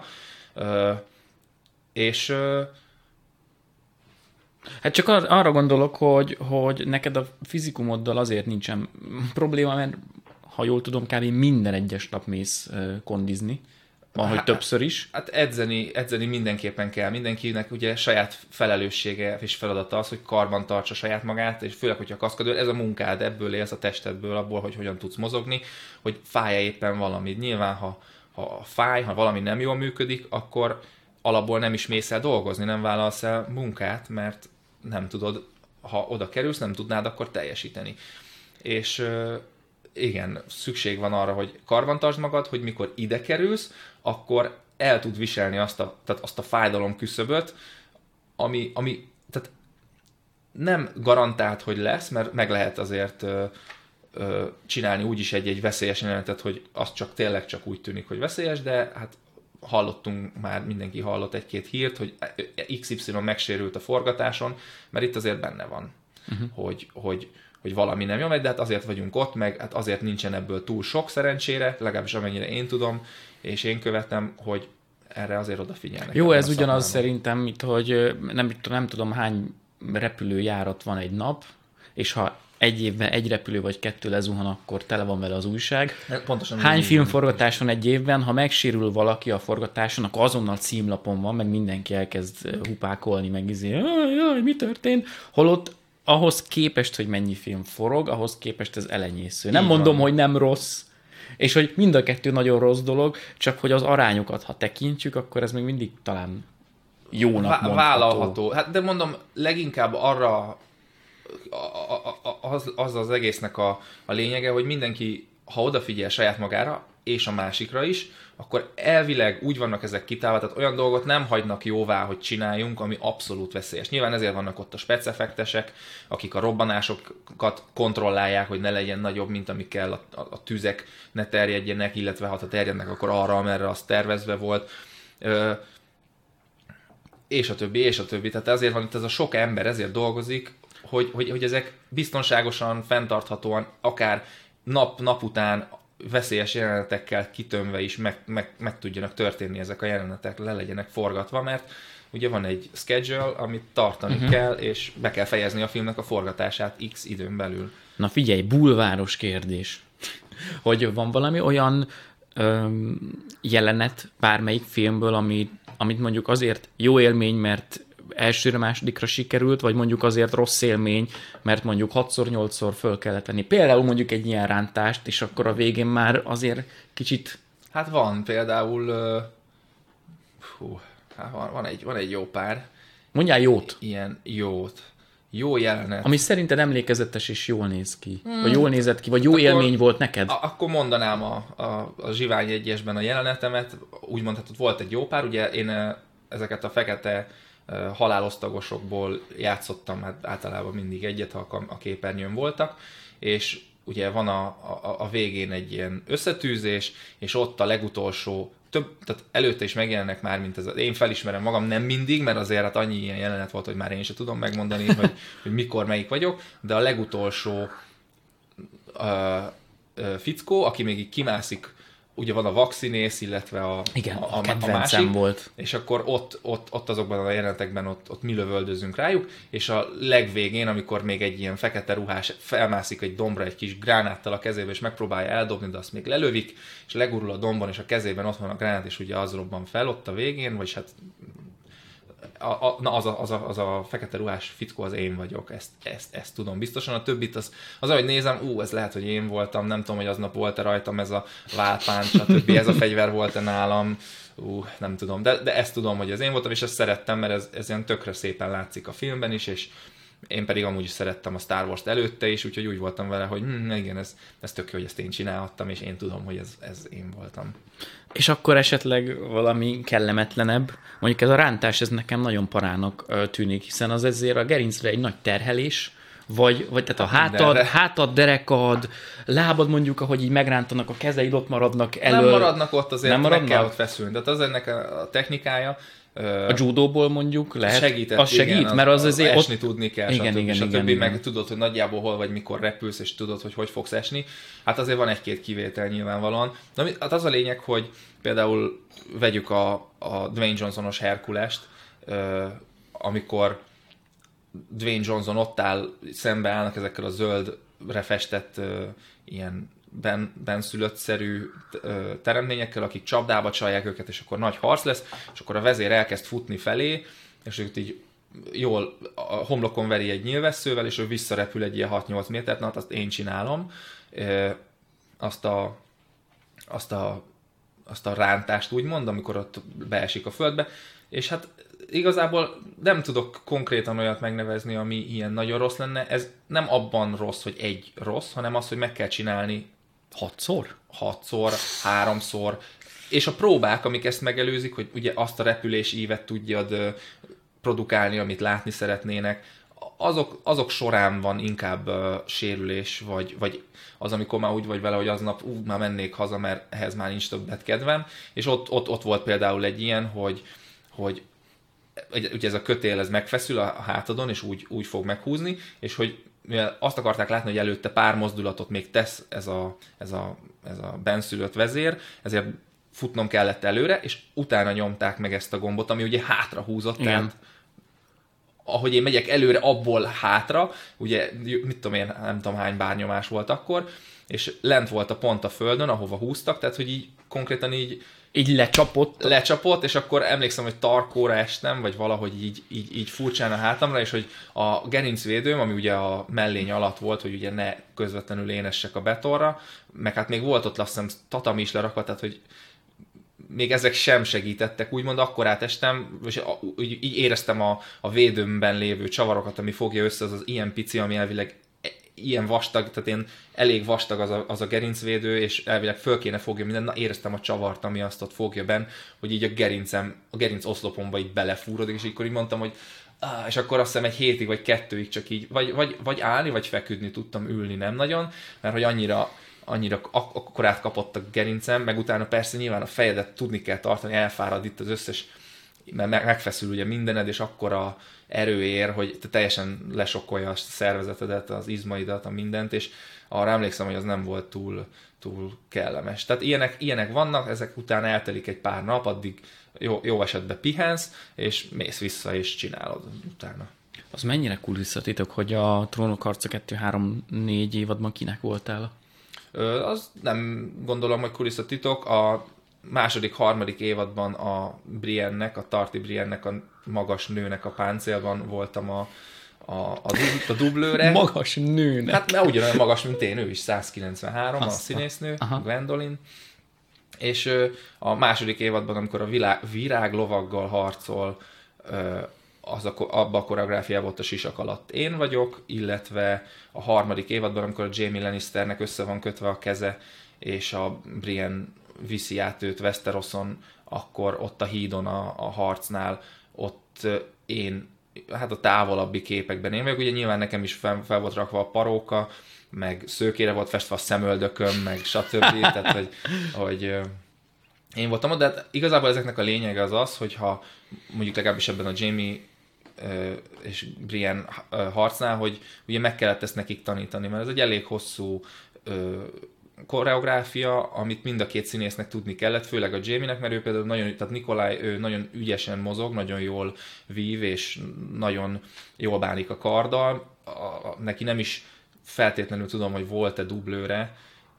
Hát csak arra gondolok, hogy neked a fizikumoddal azért nincsen probléma, mert ha jól tudom, kb. Minden egyes nap mész kondizni. Ahogy többször is. Hát edzeni mindenképpen kell. Mindenkinek ugye saját felelőssége és feladata az, hogy karban tartsa saját magát, és főleg, hogyha kaszkadőr, ez a munkád, ebből élsz, a testedből, abból, hogy hogyan tudsz mozogni, hogy fáj-e éppen valami. Nyilván, ha fáj, ha valami nem jól működik, akkor alapból nem is mész el dolgozni, nem vállalsz el munkát, mert nem tudod, ha oda kerülsz, nem tudnád akkor teljesíteni. És igen, szükség van arra, hogy karban tartsd magad, hogy mikor ide kerülsz, akkor el tud viselni azt a fájdalom küszöböt, ami tehát nem garantált, hogy lesz, mert meg lehet azért csinálni úgyis egy veszélyes jelenetet, hogy az tényleg csak úgy tűnik, hogy veszélyes, de hát hallottunk már, mindenki hallott egy-két hírt, hogy XY megsérült a forgatáson, mert itt azért benne van, hogy valami nem jó megy, de hát azért vagyunk ott, meg hát azért nincsen ebből túl sok szerencsére, legalábbis amennyire én tudom, és én követem, hogy erre azért odafigyelnek. Jó, ez ugyanaz szerintem, mint hogy nem tudom hány repülőjárat van egy nap, és ha egy évben egy repülő vagy kettő lezuhan, akkor tele van vele az újság. Pontosan hány filmforgatás van egy évben, ha megsérül valaki a forgatáson, akkor azonnal címlapon van, meg mindenki elkezd hupákolni, meg jaj, mi történt? Holott ahhoz képest, hogy mennyi film forog, ahhoz képest ez elenyésző. Nem mondom, hogy nem rossz, és hogy mind a kettő nagyon rossz dolog, csak hogy az arányokat, ha tekintjük, akkor ez még mindig talán jónak mondható. Vállalható. Hát de mondom, leginkább arra az egésznek a lényege, hogy mindenki, ha odafigyel saját magára, és a másikra is, akkor elvileg úgy vannak ezek kitálva, tehát olyan dolgot nem hagynak jóvá, hogy csináljunk, ami abszolút veszélyes. Nyilván ezért vannak ott a specifektesek, akik a robbanásokat kontrollálják, hogy ne legyen nagyobb, mint ami kell, a tüzek ne terjedjenek, illetve ha terjednek, akkor arra, amerre az tervezve volt. És a többi. Tehát ezért van itt ez a sok ember, ezért dolgozik, hogy ezek biztonságosan, fenntarthatóan, akár nap után veszélyes jelenetekkel kitömve is meg tudjanak történni ezek a jelenetek, le legyenek forgatva, mert ugye van egy schedule, amit tartani kell, és be kell fejezni a filmnek a forgatását X időn belül. Na figyelj, bulváros kérdés. Hogy van valami olyan jelenet bármelyik filmből, amit mondjuk azért jó élmény, mert elsőre, másodikra sikerült, vagy mondjuk azért rossz élmény, mert mondjuk 6-8-szor föl kellett tenni. Például mondjuk egy ilyen rántást, és akkor a végén már azért kicsit... Hát van például... van egy jó pár. Mondjál jót. Ilyen jót. Jó jelenet. Ami szerinted emlékezetes és jól néz ki. Vagy jól nézett ki, vagy jó élmény volt neked. Akkor mondanám a Zsivány 1-esben a jelenetemet. Úgy mondhatod, volt egy jó pár. Ugye én ezeket a fekete halálosztagosokból játszottam, hát általában mindig egyet, ha a képernyőn voltak, és ugye van a végén egy ilyen összetűzés, és ott a legutolsó tehát előtte is megjelennek már, mint ez. Én felismerem magam, nem mindig, mert azért hát annyi ilyen jelenet volt, hogy már én sem tudom megmondani, hogy mikor melyik vagyok, de a legutolsó fickó, aki még így kimászik, ugye van a vakcinész, illetve a másik, volt. És akkor ott azokban a jelenetekben ott mi lövöldözünk rájuk, és a legvégén, amikor még egy ilyen fekete ruhás felmászik egy dombra egy kis gránáttal a kezébe, és megpróbálja eldobni, de azt még lelövik, és legurul a dombon, és a kezében ott van a gránát, és ugye az robban fel ott a végén, vagyis hát az a fekete ruhás fickó az én vagyok, ezt tudom biztosan. A többit az ahogy nézem, ez lehet, hogy én voltam, nem tudom, hogy aznap volt-e rajtam ez a válpánt, stb. Ez a fegyver volt-e nálam, nem tudom, de ezt tudom, hogy az én voltam, és ezt szerettem, mert ez ilyen tökre szépen látszik a filmben is, és én pedig amúgy is szerettem a Star Wars-t előtte is, úgyhogy úgy voltam vele, hogy igen, ez tök jó, hogy ezt én csinálhattam, és én tudom, hogy ez én voltam. És akkor esetleg valami kellemetlenebb, mondjuk ez a rántás, ez nekem nagyon parának tűnik, hiszen az ezért a gerincre egy nagy terhelés, vagy tehát a hátad, derekad, lábad mondjuk, ahogy így megrántanak a kezeid, ott maradnak elől. Nem maradnak ott, azért meg kell ott feszülni. Tehát az ennek a technikája. A judóból mondjuk lehet? Segített, az segít, igen, mert az azért esni tudni kell, igen, meg tudod, hogy nagyjából hol vagy, mikor repülsz, és tudod, hogy fogsz esni. Hát azért van egy-két kivétel nyilvánvalóan. De hát az a lényeg, hogy például vegyük a Dwayne Johnsonos Herkulest, amikor Dwayne Johnson ott áll, szembe állnak ezekkel a zöldre festett ilyen benszülött-szerű teremtményekkel, akik csapdába csalják őket, és akkor nagy harc lesz, és akkor a vezér elkezd futni felé, és őt így jól a homlokon veri egy nyilvesszővel, és ő visszarepül egy ilyen 6-8 métert, na hát azt én csinálom. Azt a rántást úgymond, amikor ott beesik a földbe, és hát igazából nem tudok konkrétan olyat megnevezni, ami ilyen nagyon rossz lenne. Ez nem abban rossz, hogy egy rossz, hanem az, hogy meg kell csinálni 6-szor, 3-szor. És a próbák, amik ezt megelőzik, hogy ugye azt a repülés ívet tudjad produkálni, amit látni szeretnének, azok során van inkább sérülés, vagy az, amikor már úgy vagy vele, hogy aznap már mennék haza, mert ehhez már nincs többet kedvem. És ott volt például egy ilyen, hogy ugye ez a kötél ez megfeszül a hátadon, és úgy fog meghúzni, és hogy mivel azt akarták látni, hogy előtte pár mozdulatot még tesz ez a benszülött vezér, ezért futnom kellett előre, és utána nyomták meg ezt a gombot, ami ugye hátra húzott, tehát ahogy én megyek előre, abból hátra, ugye, mit tudom én, nem tudom hány bárnyomás volt akkor, és lent volt a pont a földön, ahova húztak, tehát hogy így konkrétan így lecsapott, és akkor emlékszem, hogy tarkóra estem, vagy valahogy így furcsán a hátamra, és hogy a gerincvédőm, ami ugye a mellény alatt volt, hogy ugye ne közvetlenül énessek a betonra, meg hát még volt ott azt hiszem tatami is lerakva, tehát hogy még ezek sem segítettek, úgymond akkor átestem, és így éreztem a védőmben lévő csavarokat, ami fogja össze, az ilyen pici, ami elvileg ilyen vastag, tehát én elég vastag az a gerincvédő, és elvileg föl kéne fogja mindent, éreztem a csavart, ami azt ott fogja benn, hogy így a gerinc oszlopomba így belefúrodik, és akkor így mondtam, hogy és akkor azt hiszem egy hétig vagy 2-ig csak így, vagy állni, vagy feküdni tudtam, ülni nem nagyon, mert hogy annyira akkor átkapott a gerincem, meg utána persze nyilván a fejedet tudni kell tartani, elfárad itt az összes, mert megfeszül ugye mindened, és akkora erő ér, hogy te teljesen lesokkolja a szervezetedet, az izmaidat, a mindent, és arra emlékszem, hogy az nem volt túl kellemes. Tehát ilyenek vannak, ezek után eltelik egy pár nap, addig jó esetben pihensz, és mész vissza, és csinálod utána. Az mennyire kulisszatitok, hogy a Trónok harca 2-3-4 évadban kinek voltál? Az nem gondolom, hogy kulisszatitok. A második-harmadik évadban a Tarty Brienne-nek, a magas nőnek a páncélban voltam a dublőre. Magas nőnek? Hát mert ugyanolyan magas, mint én, ő is 193, a színésznő, Gwendolyn. És a második évadban, amikor a viráglovaggal harcol, abba a koreográfiában volt a sisak alatt én vagyok, illetve a harmadik évadban, amikor a Jaime Lannisternek össze van kötve a keze, és a Brienne viszi át őt Westeroson, akkor ott a hídon a harcnál, ott hát a távolabbi képekben én vagyok, ugye nyilván nekem is fel volt rakva a paróka, meg szőkére volt festve a szemöldököm, meg stb. Tehát, hogy én voltam ott, de hát igazából ezeknek a lényege az, hogyha mondjuk legalábbis ebben a Jamie és Brienne harcnál, hogy ugye meg kellett ezt nekik tanítani, mert ez egy elég hosszú koreográfia, amit mind a két színésznek tudni kellett, főleg a Jamie-nek, mert ő például tehát Nikolaj, ő nagyon ügyesen mozog, nagyon jól vív, és nagyon jól bánik a karddal. Neki nem is feltétlenül tudom, hogy volt-e dublőre.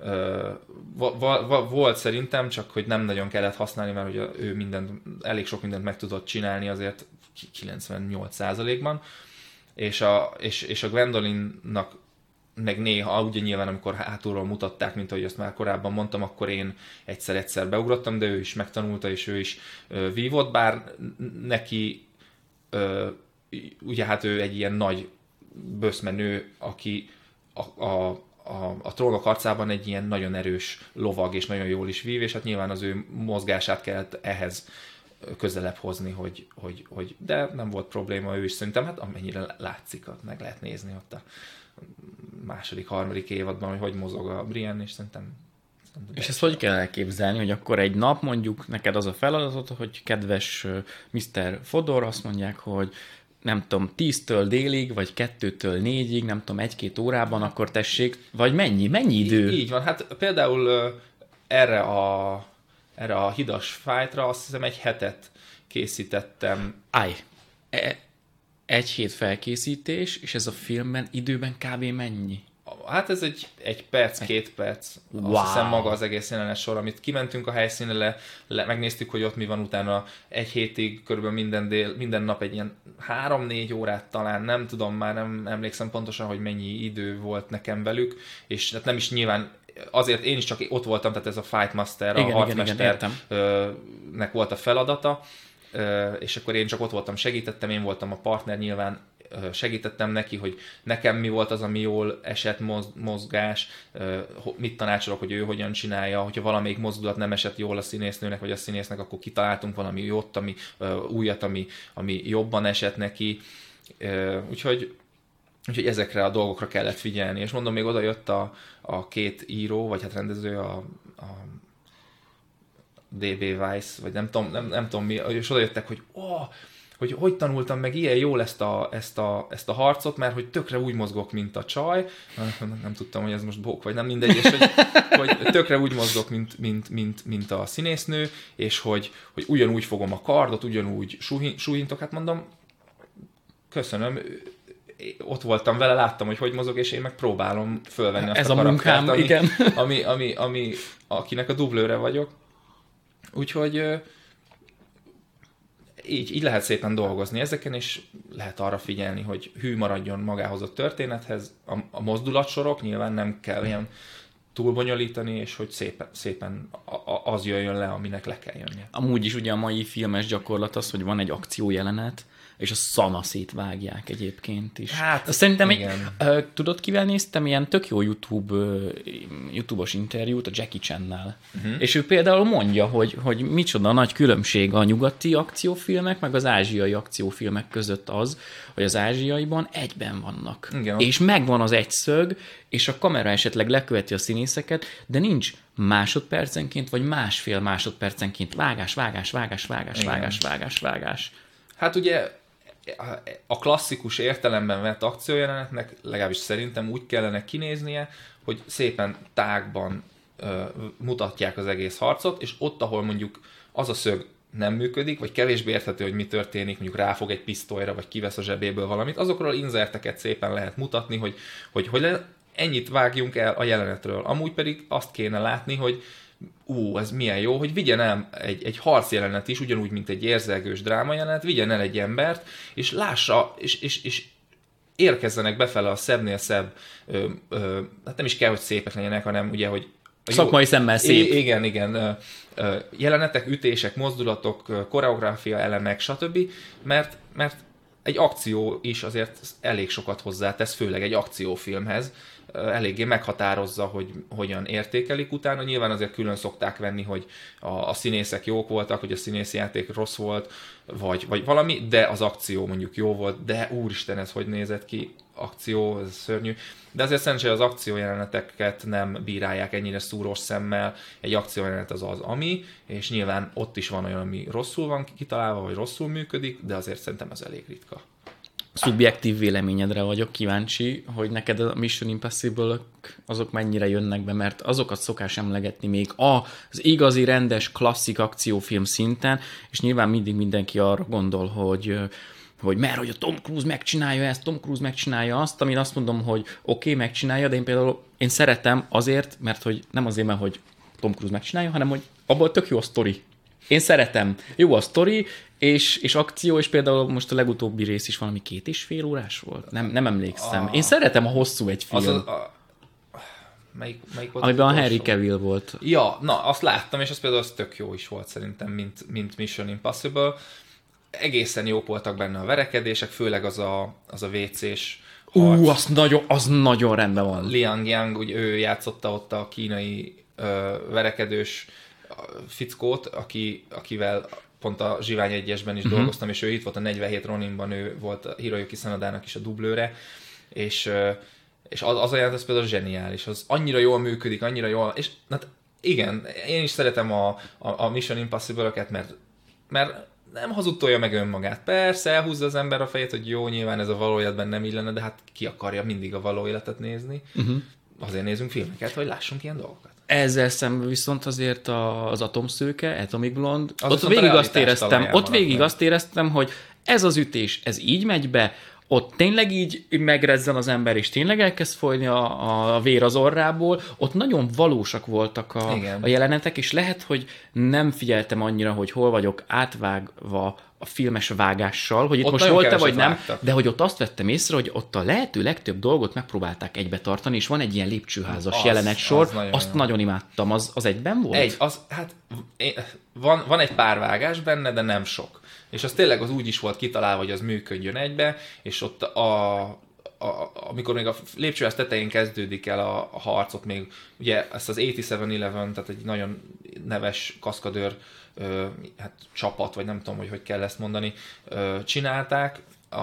Volt szerintem, csak hogy nem nagyon kellett használni, mert ugye ő elég sok mindent meg tudott csinálni azért 98%-ban. És a Gwendolinnak meg néha, ugye nyilván amikor hátulról mutatták, mint ahogy azt már korábban mondtam, akkor én egyszer beugrottam, de ő is megtanulta, és ő is vívott, bár neki ugye hát ő egy ilyen nagy böszmenő, aki a trónok harcában egy ilyen nagyon erős lovag, és nagyon jól is vív, és hát nyilván az ő mozgását kellett ehhez közelebb hozni, hogy de nem volt probléma, ő is szerintem, hát amennyire látszik, meg lehet nézni ott a második, harmadik évadban, hogy mozog a Brienne, és szerintem és ezt hogy kell elképzelni, hogy akkor egy nap mondjuk neked az a feladatod, hogy kedves Mr. Fodor, azt mondják, hogy nem tudom, 10-től délig, vagy 2-től 4-ig, nem tudom, 1-2 órában, akkor tessék, vagy mennyi idő? Így van, hát például erre a hidas fájtra azt hiszem egy hetet készítettem. Egy hét felkészítés, és ez a filmben időben kb. Mennyi? Hát ez egy perc, 2 perc. Wow. Azt hiszem maga az egész jelenet sor, amit kimentünk a helyszínre, megnéztük, hogy ott mi van utána egy hétig, körülbelül minden nap egy ilyen 3-4 órát talán, nem tudom, már nem emlékszem pontosan, hogy mennyi idő volt nekem velük, és hát nem is nyilván, azért én is csak ott voltam, tehát ez a Fight Master, a harcmesternek volt a feladata, és akkor én csak ott voltam, segítettem, én voltam a partner, nyilván segítettem neki, hogy nekem mi volt az, ami jól esett mozgás, mit tanácsolok, hogy ő hogyan csinálja, hogyha valamelyik mozdulat nem esett jól a színésznőnek, vagy a színésznek, akkor kitaláltunk valami jót, újat, ami jobban esett neki. Úgyhogy ezekre a dolgokra kellett figyelni. És mondom, még oda jött a két író, vagy hát rendező, a D.B. Weiss, vagy nem tudom mi, és oda jöttek, hogy tanultam meg ilyen jól ezt a harcot, mert hogy tökre úgy mozgok, mint a csaj. Nem tudtam, hogy ez most bók, vagy nem mindegy, és hogy tökre úgy mozgok, mint a színésznő, és hogy ugyanúgy fogom a kardot, ugyanúgy súhintok. Hát mondom, köszönöm, ott voltam vele, láttam, hogy mozog, és én meg próbálom fölvenni azt ez a munkám, igen. Ami akinek a dublőre vagyok. Úgyhogy így lehet szépen dolgozni ezeken, és lehet arra figyelni, hogy hű maradjon magához a történethez. A mozdulatsorok nyilván nem kell ilyen túlbonyolítani, és hogy szépen az jöjjön le, aminek le kell jönnie. Amúgy is ugye a mai filmes gyakorlat az, hogy van egy akciójelenet, és a szanaszét vágják egyébként is. Hát, szerintem tudod, kivel néztem? Ilyen tök jó YouTube-os interjút a Jackie Channel. És ő például mondja, hogy micsoda nagy különbség a nyugati akciófilmek, meg az ázsiai akciófilmek között az, hogy az ázsiaiban egyben vannak. Igen. És megvan az egy szög, és a kamera esetleg leköveti a színészeket, de nincs másodpercenként, vagy másfél másodpercenként vágás. Hát ugye a klasszikus értelemben vett akciójelenetnek legalábbis szerintem úgy kellene kinéznie, hogy szépen tágban mutatják az egész harcot, és ott, ahol mondjuk az a szög nem működik, vagy kevésbé érthető, hogy mi történik, mondjuk ráfog egy pisztolyra, vagy kivesz a zsebéből valamit, azokról inzerteket szépen lehet mutatni, hogy ennyit vágjunk el a jelenetről. Amúgy pedig azt kéne látni, hogy ez milyen jó, hogy vigyen el egy harcjelenet is, ugyanúgy, mint egy érzelgős drámajelenet, vigyen el egy embert, és lássa, és érkezzenek befele a szebbnél szebb, hát nem is kell, hogy szépek legyenek, hanem ugye, hogy szakmai szemmel szép. Igen. Jelenetek, ütések, mozdulatok, koreográfia elemek, stb. Mert egy akció is azért elég sokat hozzátesz, főleg egy akciófilmhez. Eléggé meghatározza, hogy hogyan értékelik utána. Nyilván azért külön szokták venni, hogy a színészek jók voltak, hogy a színészjáték rossz volt, vagy valami, de az akció mondjuk jó volt, de úristen, ez hogy nézett ki, akció, ez szörnyű. De azért szerencsére az akciójeleneteket nem bírálják ennyire szúrós szemmel, egy akciójelenet az ami, és nyilván ott is van olyan, ami rosszul van kitalálva, vagy rosszul működik, de azért szerintem ez elég ritka. Szubjektív véleményedre vagyok kíváncsi, hogy neked a Mission Impossible azok mennyire jönnek be, mert azokat szokás emlegetni még az igazi, rendes, klasszik akciófilm szinten, és nyilván mindig mindenki arra gondol, hogy mert hogy a Tom Cruise megcsinálja ezt, Tom Cruise megcsinálja azt, amin azt mondom, hogy oké, megcsinálja, de én szeretem azért, mert hogy nem azért, mert hogy Tom Cruise megcsinálja, hanem hogy abból tök jó a sztori. Én szeretem. Jó a sztori, és akció, és például most a legutóbbi rész is valami 2,5 órás volt? Nem emlékszem. Én szeretem, a hosszú egy film. Melyik volt? Amiben a Henry Cavill volt. Ja, na, azt láttam, és az például az tök jó is volt szerintem, mint Mission Impossible. Egészen jók voltak benne a verekedések, főleg az a WC-s harc. Az nagyon rendben van. Liang Yang, úgy ő játszotta ott a kínai verekedős fickót, akivel pont a Zsivány 1-esben is dolgoztam, és ő itt volt a 47 Roninban, ő volt a Hiroyuki Sanodának is a dublőre, és az a jelent, az például zseniális, az annyira jól működik, annyira jól, és hát igen, én is szeretem a Mission Impossible-öket, mert nem hazudtolja meg önmagát. Persze, elhúzza az ember a fejét, hogy jó, nyilván ez a való életben nem illene, de hát ki akarja mindig a való életet nézni. Azért nézünk filmeket, hogy lássunk ilyen dolgokat. Ezzel szemben viszont azért az Atomszőke, Atomic Blonde, ott végig azt éreztem, hogy ez az ütés, ez így megy be, ott tényleg így megrezzen az ember, és tényleg elkezd folyni a vér az orrából, ott nagyon valósak voltak a jelenetek, és lehet, hogy nem figyeltem annyira, hogy hol vagyok átvágva a filmes vágással, hogy itt ott most volt-e vagy nem, de hogy ott azt vettem észre, hogy ott a lehető legtöbb dolgot megpróbálták egybe tartani, és van egy ilyen lépcsőházas jelenetsor, azt nagyon imádtam. Az egyben volt? Van egy pár vágás benne, de nem sok. És az tényleg az úgy is volt kitalálva, hogy az működjön egybe, és ott amikor még a lépcsőház tetején kezdődik el a harcot, még ugye ezt az 8711, tehát egy nagyon neves kaszkadőr csapat, vagy nem tudom, hogy kell ezt mondani, csinálták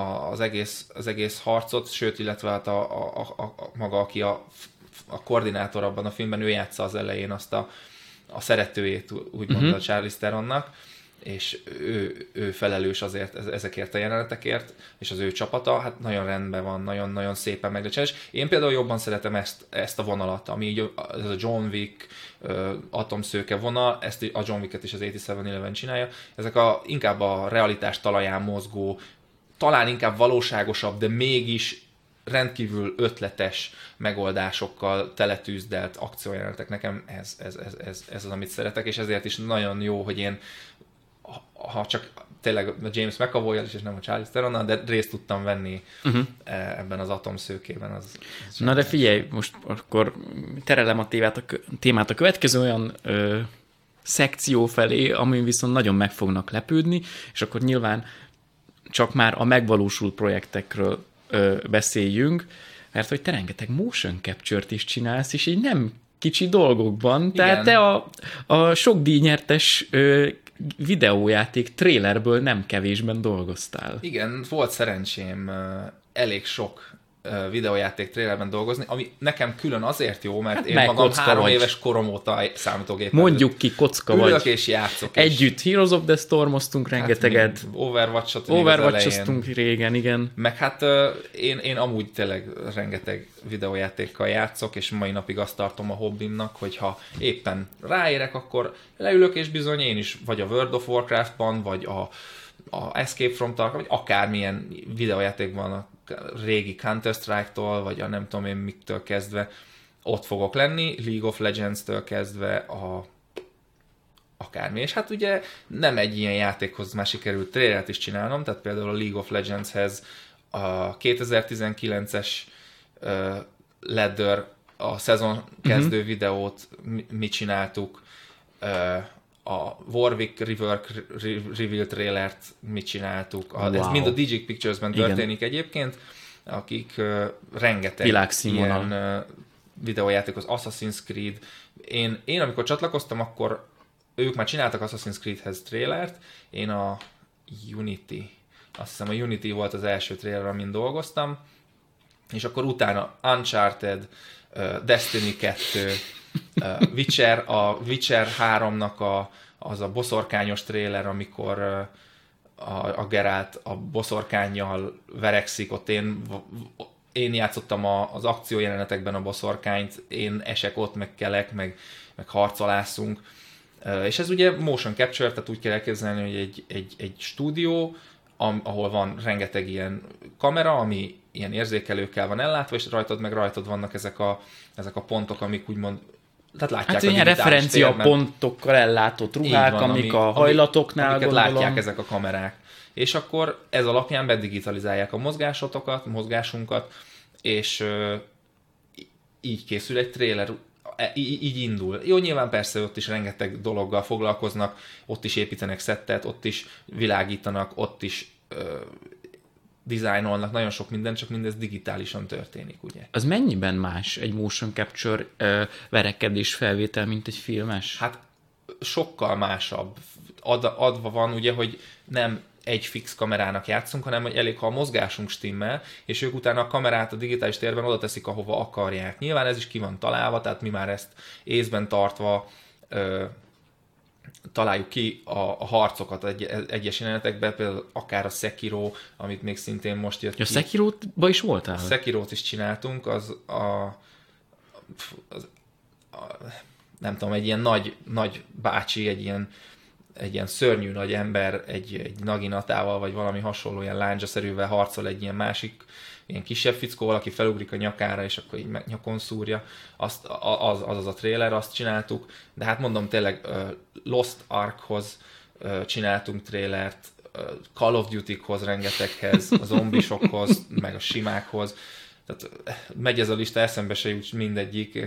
az egész harcot, sőt, illetve hát maga, aki a koordinátor abban a filmben, ő játsza az elején azt a szeretőjét, úgymond a Charlize Theronnak, és ő felelős azért ezekért a jelenetekért, és az ő csapata, hát nagyon rendben van, nagyon-nagyon szépen meglecsenes. Én például jobban szeretem ezt a vonalat, ami így ez a John Wick, Atomszőke vonal, ezt a John Wicket is az 8711 csinálja, ezek inkább a realitás talaján mozgó, talán inkább valóságosabb, de mégis rendkívül ötletes megoldásokkal teletűzdelt akciójelenetek. Nekem ez az, amit szeretek, és ezért is nagyon jó, hogy én ha csak tényleg a James McAvoy-jal is, és nem a Charlize Theronnal, de részt tudtam venni ebben az Atomszőkében. Na de figyelj, most akkor terelem a témát a következő olyan szekció felé, amin viszont nagyon meg fognak lepődni, és akkor nyilván csak már a megvalósult projektekről beszéljünk, mert hogy te rengeteg motion capture-t is csinálsz, és így nem kicsi dolgokban. Igen. Tehát te a sok díjnyertes videójáték trailerből nem kevésben dolgoztál. Igen, volt szerencsém elég sok videójáték trailerben dolgozni, ami nekem külön azért jó, mert én magam 3 éves korom óta számítógépen. Mondjuk ki, kocka vagy. Ülök és játszok. Együtt Heroes of the Stormoztunk rengeteget. Overwatch-oztunk régen, igen. Meg hát én amúgy tényleg rengeteg videójátékkal játszok, és mai napig azt tartom a hobbimnak, hogyha éppen ráérek, akkor leülök, és bizony én is vagy a World of Warcraftban, vagy a Escape from Tarkov, vagy akármilyen videójátékban, a régi Counter-Strike-tól, vagy a nem tudom én miktől kezdve ott fogok lenni, League of Legends-től kezdve akármi. És hát ugye nem egy ilyen játékhoz már sikerült trailert is csinálnom, tehát például a League of Legends-hez a 2019-es ladder, a szezon kezdő videót mi csináltuk, a Warwick Reveal trailert mit csináltuk. Ez mind a Digic Pictures-ben történik egyébként, akik rengeteg ilyen videójáték, az Assassin's Creed. Én amikor csatlakoztam, akkor ők már csináltak Assassin's Creed-hez trailert, én a Unity. Azt hiszem a Unity volt az első trailer, amin dolgoztam, és akkor utána Uncharted, Destiny 2, Witcher, a Witcher 3-nak az a boszorkányos trailer, amikor a Geralt a boszorkánnyal verekszik, ott én játszottam az akciójelenetekben a boszorkányt, én esek ott, meg kelek, meg harcolászunk. És ez ugye motion capture, tehát úgy kell elképzelni, hogy egy stúdió, ahol van rengeteg ilyen kamera, ami ilyen érzékelőkkel van ellátva, és rajtad vannak ezek a pontok, amik úgymond, tehát látják hát ilyen referencia pontokkal ellátott ruhák, van, amik a hajlatoknál amiket látják ezek a kamerák. És akkor ez alapján bedigitalizálják a mozgásunkat, és így készül egy trailer, így indul. Jó, nyilván persze ott is rengeteg dologgal foglalkoznak, ott is építenek szettet, ott is világítanak, ott is dizájnolnak, nagyon sok minden, csak mindez digitálisan történik, ugye. Az mennyiben más egy motion capture verekedés felvétel, mint egy filmes? Hát sokkal másabb. Adva van ugye, hogy nem egy fix kamerának játszunk, hanem hogy elég, ha a mozgásunk stimmel, és ők utána a kamerát a digitális térben oda teszik, ahova akarják. Nyilván ez is ki van találva, tehát mi már ezt észben tartva találjuk ki a harcokat egyes jelenetekben, például akár a Sekiro, amit még szintén most jött ki. A Sekiróba is voltál? Sekirót is csináltunk, nem tudom, egy ilyen nagy bácsi, egy ilyen szörnyű nagy ember, egy naginatával, vagy valami hasonló ilyen lándzsaszerűvel harcol egy ilyen másik, ilyen kisebb fickóval, aki felugrik a nyakára, és akkor így nyakon szúrja. Az a trailer, azt csináltuk. De hát mondom, tényleg Lost Arkhoz csináltunk trailert, Call of Duty-hoz rengeteghez, a zombisokhoz, meg a simákhoz. Tehát megy ez a lista, eszembe se jut mindegyik.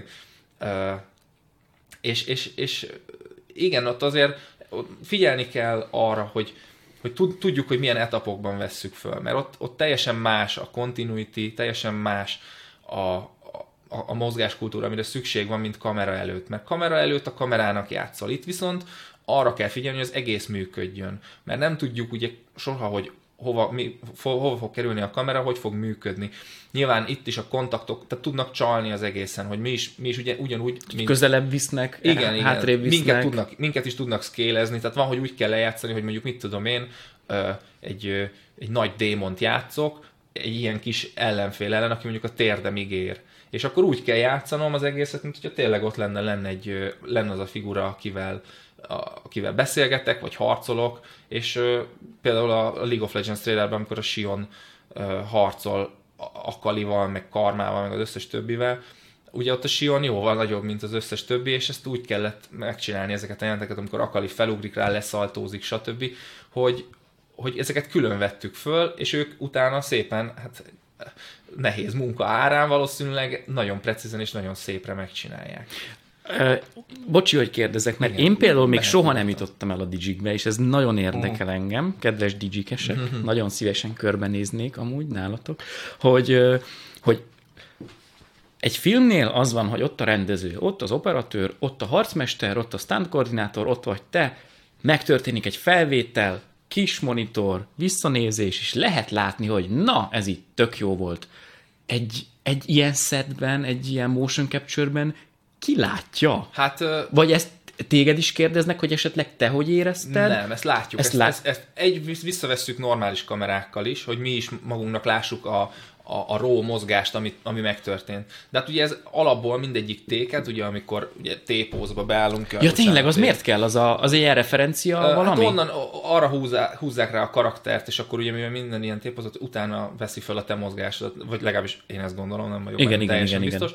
És igen, ott azért figyelni kell arra, hogy tudjuk, hogy milyen etapokban vesszük föl, mert ott teljesen más a continuity, teljesen más a mozgáskultúra, amire szükség van, mint kamera előtt. Mert kamera előtt a kamerának játszol. Itt viszont arra kell figyelni, hogy az egész működjön. Mert nem tudjuk ugye soha, hogy hova fog kerülni a kamera, hogy fog működni. Nyilván itt is a kontaktok, tehát tudnak csalni az egészen, hogy mi is ugye ugyanúgy... Közelebb visznek, igen, hátrébb visznek. Minket is tudnak scale-ezni, tehát van, hogy úgy kell lejátszani, hogy mondjuk mit tudom én, egy nagy démont játszok, egy ilyen kis ellenfél ellen, aki mondjuk a térdemig ér. És akkor úgy kell játszanom az egészet, mint hogyha tényleg ott lenne az a figura, akivel beszélgetek, vagy harcolok, és például a League of Legends trailerben, amikor a Sion harcol Akalival, meg Karmával, meg az összes többivel, ugye ott a Sion jóval nagyobb, mint az összes többi, és ezt úgy kellett megcsinálni ezeket a jelenteket, amikor Akali felugrik rá, leszaltózik, stb., hogy ezeket külön vettük föl, és ők utána szépen, hát nehéz munka árán valószínűleg nagyon precízen és nagyon szépre megcsinálják. Bocsi, hogy kérdezek, mert igen, én például még soha nem jutottam el a Digikbe, és ez nagyon érdekel engem, kedves Digikesek, nagyon szívesen körbenéznék amúgy nálatok, hogy egy filmnél az van, hogy ott a rendező, ott az operatőr, ott a harcmester, ott a stunt koordinátor, ott vagy te, megtörténik egy felvétel, kis monitor, visszanézés, és lehet látni, hogy na, ez itt tök jó volt. Egy ilyen setben, egy ilyen motion capture-ben ki látja? Hát... Vagy ezt téged is kérdeznek, hogy esetleg te hogy érezted? Nem, ezt látjuk. Ezt visszavesszük normális kamerákkal is, hogy mi is magunknak lássuk a raw mozgást, ami megtörtént. De hát ugye ez alapból mindegyik téket, ugye amikor ugye T-pózba beállunk. Ja tényleg, az miért kell? Az egy referencia valami? Hát onnan arra húzzák rá a karaktert, és akkor ugye mivel minden ilyen T-pózot utána veszi fel a te mozgásodat, vagy legalábbis én ezt gondolom, nem vagyok teljesen biztos.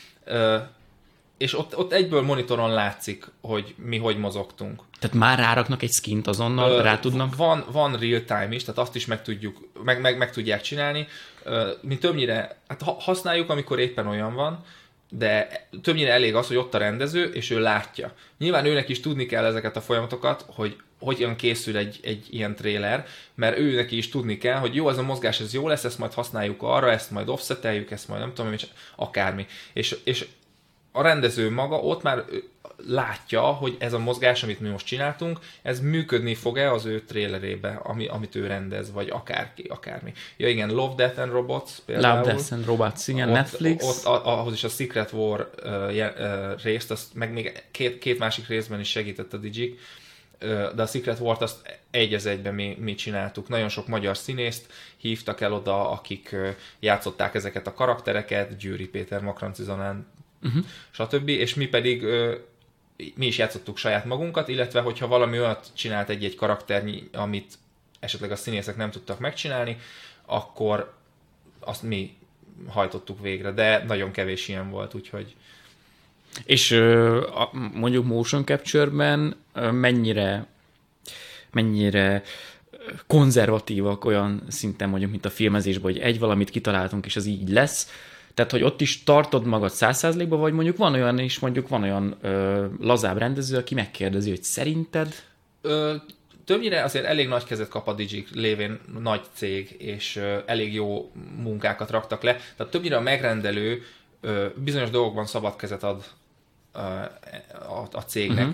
És ott egyből monitoron látszik, hogy mi hogy mozogtunk. Tehát már ráraknak egy skint azonnal, rá tudnak? Van real time is, tehát azt is meg tudják csinálni. Mi többnyire használjuk, amikor éppen olyan van, de többnyire elég az, hogy ott a rendező, és ő látja. Nyilván őnek is tudni kell ezeket a folyamatokat, hogy hogyan készül egy ilyen trailer, mert ő neki is tudni kell, hogy jó, ez a mozgás, ez jó lesz, ezt majd használjuk arra, ezt majd offseteljük, ezt majd nem tudom, akármi. És a rendező maga ott már látja, hogy ez a mozgás, amit mi most csináltunk, ez működni fog-e az ő trailerébe, amit ő rendez, vagy akármi. Ja igen, Love, Death and Robots például. Love, Death and Robots, igen, ott, Netflix. Ott ahhoz is a Secret War részt, azt meg még két másik részben is segített a Digic, de a Secret War-t azt egy az egyben mi csináltuk. Nagyon sok magyar színészt hívtak el oda, akik játszották ezeket a karaktereket, Győri Péter, Makranci Zanán, stb. És mi pedig mi is játszottuk saját magunkat, illetve hogyha valami olyat csinált egy karakternyi, amit esetleg a színészek nem tudtak megcsinálni, akkor azt mi hajtottuk végre, de nagyon kevés ilyen volt, úgyhogy... És mondjuk motion capture-ben mennyire konzervatívak olyan szinten mondjuk, mint a filmezésben, hogy egy valamit kitaláltunk, és az így lesz. Tehát, hogy ott is tartod magad 100%-ba, vagy mondjuk van olyan is, mondjuk van olyan lazább rendező, aki megkérdezi, hogy szerinted? Többnyire azért elég nagy kezet kap a Digic, lévén nagy cég, és elég jó munkákat raktak le. Tehát többnyire a megrendelő bizonyos dolgokban szabad kezet ad a cégnek,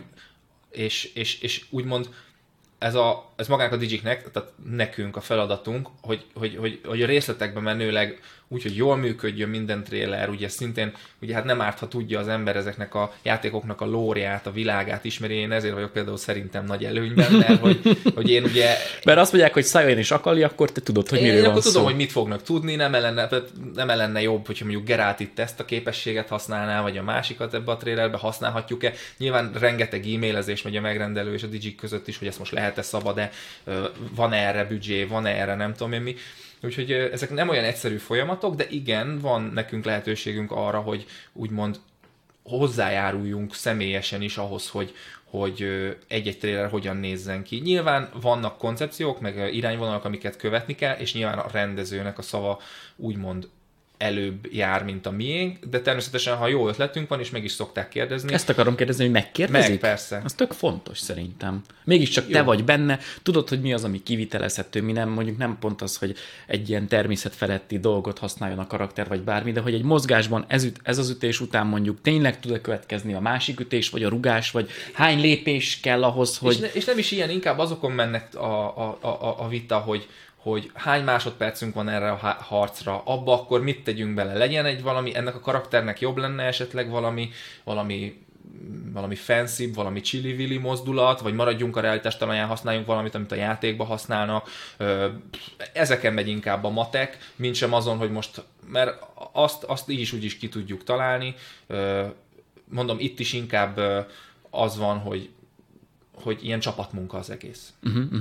és úgymond ez magának a Digicnek, tehát nekünk a feladatunk, hogy a részletekben menőleg úgy, hogy jól működjön minden trailer, ugye szintén, ugye hát nem árt, ha tudja az ember ezeknek a játékoknak a lóriát, a világát ismeri, én ezért vagyok például szerintem nagy előnyben, mert hogy én ugye... Mert azt mondják, hogy Szajon és Akali, akkor te tudod, hogy miről van akkor szó. tudom, hogy mit fognak tudni, nem lenne jobb, hogyha mondjuk Geralt itt ezt a képességet használná, vagy a másikat ebbe a trailerbe használhatjuk-e. Nyilván rengeteg e-mailezés megy a megrendelő és a Digic között is, hogy ezt most lehet-e, szabad-e, van erre büdzsé, van erre, nem tudom én mi. Úgyhogy ezek nem olyan egyszerű folyamatok, de igen, van nekünk lehetőségünk arra, hogy úgymond hozzájáruljunk személyesen is ahhoz, hogy egy-egy trailer hogyan nézzen ki. Nyilván vannak koncepciók, meg irányvonalak, amiket követni kell, és nyilván a rendezőnek a szava úgymond előbb jár, mint a miénk, de természetesen, ha jó ötletünk van, és meg is szokták kérdezni. Ezt akarom kérdezni, hogy megkérdezik? Meg, persze. Az tök fontos szerintem. Mégiscsak te vagy benne, tudod, hogy mi az, ami kivitelezhető, mi nem, mondjuk nem pont az, hogy egy ilyen természetfeletti dolgot használjon a karakter, vagy bármi, de hogy egy mozgásban ez az ütés után mondjuk tényleg tud-e következni a másik ütés, vagy a rugás, vagy hány lépés kell ahhoz, hogy... És nem is ilyen, inkább azokon mennek a vita, hogy hány másodpercünk van erre a harcra, abba akkor mit tegyünk bele, legyen egy valami, ennek a karakternek jobb lenne esetleg valami fancy, valami chili-willy mozdulat, vagy maradjunk a realitás talaján, használjunk valamit, amit a játékban használnak. Ezeken megy inkább a matek, mint sem azon, hogy most, mert azt így is úgy is ki tudjuk találni. Mondom, itt is inkább az van, hogy ilyen csapatmunka az egész.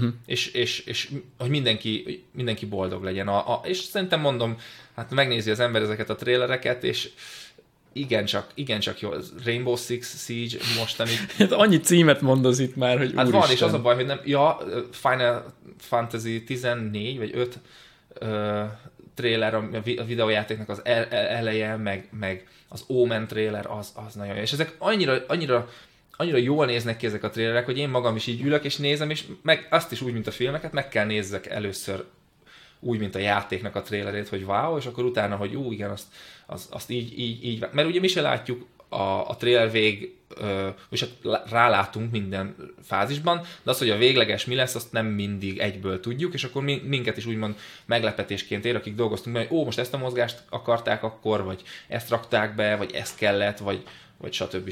És hogy mindenki boldog legyen. És szerintem mondom, hát megnézi az ember ezeket a trailereket, és igencsak jó. Rainbow Six Siege mostani. Hát annyi címet mondasz itt már, hogy hát úristen. van, és az a baj, hogy nem... Ja, Final Fantasy 14 vagy 5 trailer, a videójátéknak az eleje, meg az Omen trailer, az nagyon jó. És ezek annyira jól néznek ki ezek a trailerek, hogy én magam is így ülök és nézem, és meg azt is úgy, mint a filmeket, meg kell nézzek először úgy, mint a játéknak a trailerét, hogy wow, és akkor utána, hogy igen, azt így, mert ugye mi se látjuk a trailer és rálátunk minden fázisban, de az, hogy a végleges mi lesz, azt nem mindig egyből tudjuk, és akkor minket is úgymond meglepetésként ér, akik dolgoztunk be, hogy most ezt a mozgást akarták akkor, vagy ezt rakták be, vagy ezt kellett, vagy stb.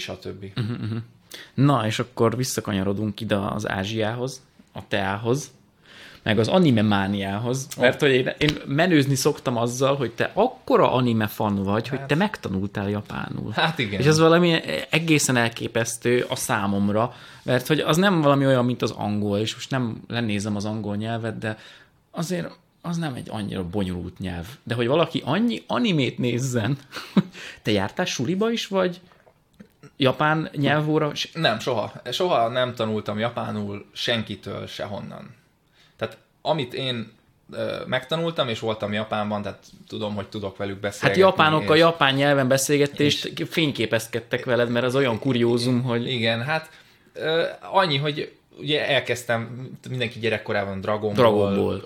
Na, és akkor visszakanyarodunk ide az Ázsiához, a teához, meg az anime mániához, mert hogy én menőzni szoktam azzal, hogy te akkora anime fan vagy, hogy te megtanultál japánul. Hát igen. És ez valami egészen elképesztő a számomra, mert hogy az nem valami olyan, mint az angol, és most nem lenézem az angol nyelvet, de azért az nem egy annyira bonyolult nyelv. De hogy valaki annyi animét nézzen, te jártál suliba is, vagy japán nyelvóra? Nem, soha. Soha nem tanultam japánul senkitől, sehonnan. Tehát amit én megtanultam, és voltam Japánban, tehát tudom, hogy tudok velük beszélgetni. Hát japánokkal japán nyelven beszélgetést fényképezkedtek veled, mert az olyan kuriózum, hogy... Igen, hát annyi, hogy ugye elkezdtem, mindenki gyerekkorában Dragon Ball.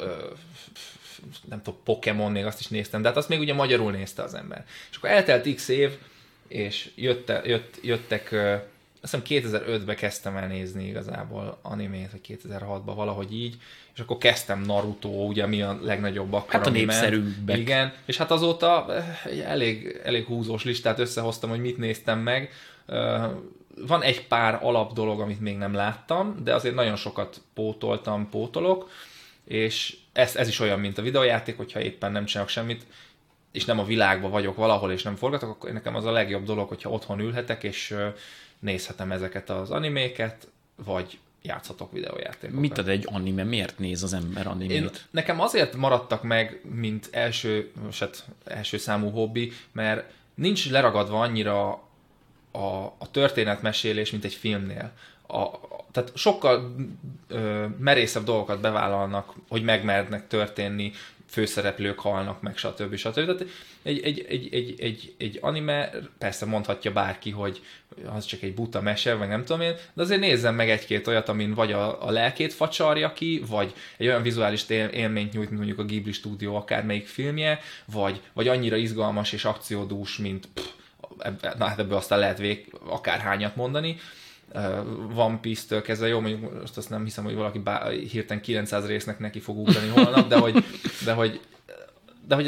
Nem tudom, Pokémon, még azt is néztem, de hát azt még ugye magyarul nézte az ember. És akkor eltelt x év, és jöttek hiszem 2005-ben kezdtem el nézni igazából animét, vagy 2006-ban, valahogy így, és akkor kezdtem Naruto, ugye mi a legnagyobb akkor, hát a népszerűbbek. Igen, és hát azóta elég húzós listát összehoztam, hogy mit néztem meg. Van egy pár alap dolog, amit még nem láttam, de azért nagyon sokat pótolok, és ez is olyan, mint a videójáték, hogyha éppen nem csinálok semmit, és nem a világban vagyok valahol, és nem forgatok, akkor nekem az a legjobb dolog, hogyha otthon ülhetek, és nézhetem ezeket az animéket, vagy játszhatok videójátékokat. Mit ad egy anime? Miért néz az ember animét? Nekem azért maradtak meg, mint első számú hobbi, mert nincs leragadva annyira a történetmesélés, mint egy filmnél. Tehát sokkal merészebb dolgokat bevállalnak, hogy megmernek történni, főszereplők halnak meg, stb. Tehát egy anime, persze mondhatja bárki, hogy az csak egy buta mese, vagy nem tudom én, de azért nézzem meg egy-két olyat, amin vagy a lelkét facsarja ki, vagy egy olyan vizuális élményt nyújt, mint mondjuk a Ghibli stúdió akármelyik filmje, vagy annyira izgalmas és akciódús, mint ebből aztán lehet akárhányat mondani. One Piece-től kezdve, jó, mondjuk most azt nem hiszem, hogy valaki hirtelen 900 résznek neki fog ugrani holnap, de hogy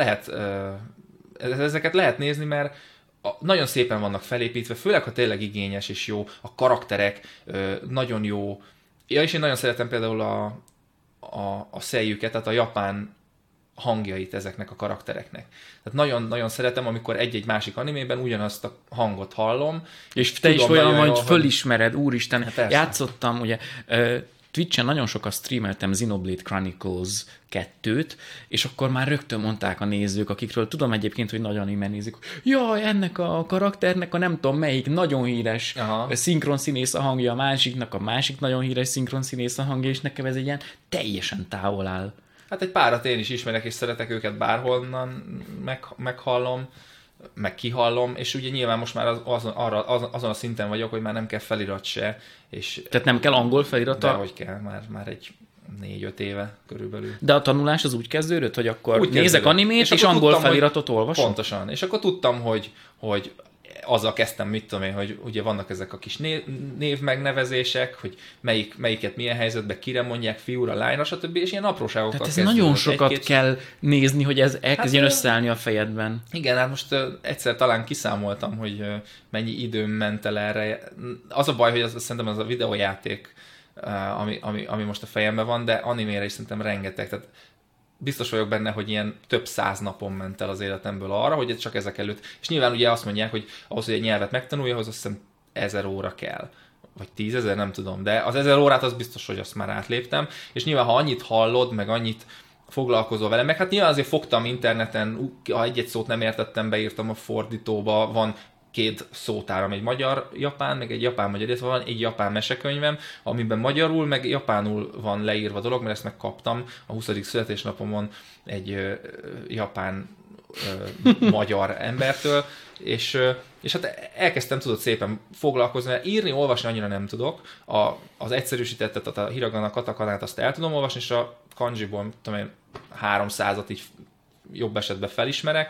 ezeket lehet nézni, mert nagyon szépen vannak felépítve, főleg ha tényleg igényes és jó, a karakterek nagyon jó. Ja, és én nagyon szeretem például a szejüket, tehát a japán hangjait ezeknek a karaktereknek. Tehát nagyon-nagyon szeretem, amikor egy-egy másik animében ugyanazt a hangot hallom. És te is olyan, hogy fölismered, úristen. Hát játszottam, ugye, Twitch-en nagyon sokat streameltem Xenoblade Chronicles 2-t, és akkor már rögtön mondták a nézők, akikről tudom egyébként, hogy nagyon anime nézik, jaj, ennek a karakternek a nem tudom melyik nagyon híres szinkronszínész a hangja, a másiknak a másik nagyon híres szinkronszínész a hangja, és nekem ez egy ilyen teljesen távol áll. Hát egy párat én is ismerek, és szeretek őket bárhonnan meghallom, meg kihallom, és ugye nyilván most már azon a szinten vagyok, hogy már nem kell felirat se. És tehát nem kell angol felirata? Dehogy kell, már egy 4-5 éve körülbelül. De a tanulás az úgy kezdődött, hogy akkor úgy nézek animét, és angol tudtam, feliratot olvasom? Pontosan. És akkor tudtam, hogy azzal kezdtem, mit tudom én, hogy ugye vannak ezek a kis névmegnevezések, hogy melyiket milyen helyzetben kire mondják, fiúra, lányra, stb. És ilyen apróságokkal kezdődött. Tehát ez nagyon sokat kell nézni, hogy ez elkezdjen összeállni a fejedben. Igen, hát most egyszer talán kiszámoltam, hogy mennyi időm ment el erre. Az a baj, hogy szerintem az a videójáték, ami most a fejemben van, de animére is szerintem rengeteg. Tehát biztos vagyok benne, hogy ilyen több 100 napon ment el az életemből arra, hogy csak ezek előtt. És nyilván ugye azt mondják, hogy ahhoz, hogy egy nyelvet megtanulja, ahhoz azt hiszem 1000 óra kell. Vagy 10 000, nem tudom. De az 1000 órát az biztos, hogy azt már átléptem. És nyilván, ha annyit hallod, meg annyit foglalkozol vele, meg hát nyilván azért fogtam interneten, ha egy-egy szót nem értettem, beírtam a fordítóba, van 2 szótáram, egy magyar-japán, meg egy japán-magyar, illetve van egy japán mesekönyvem, amiben magyarul, meg japánul van leírva a dolog, mert ezt megkaptam a 20. születésnapomon egy japán-magyar embertől, és hát elkezdtem, tudod, szépen foglalkozni, mert írni, olvasni annyira nem tudok, az egyszerűsítettet, a hiragana, katakanát azt el tudom olvasni, és a kanjiból, tudom én, 300-at így jobb esetben felismerek.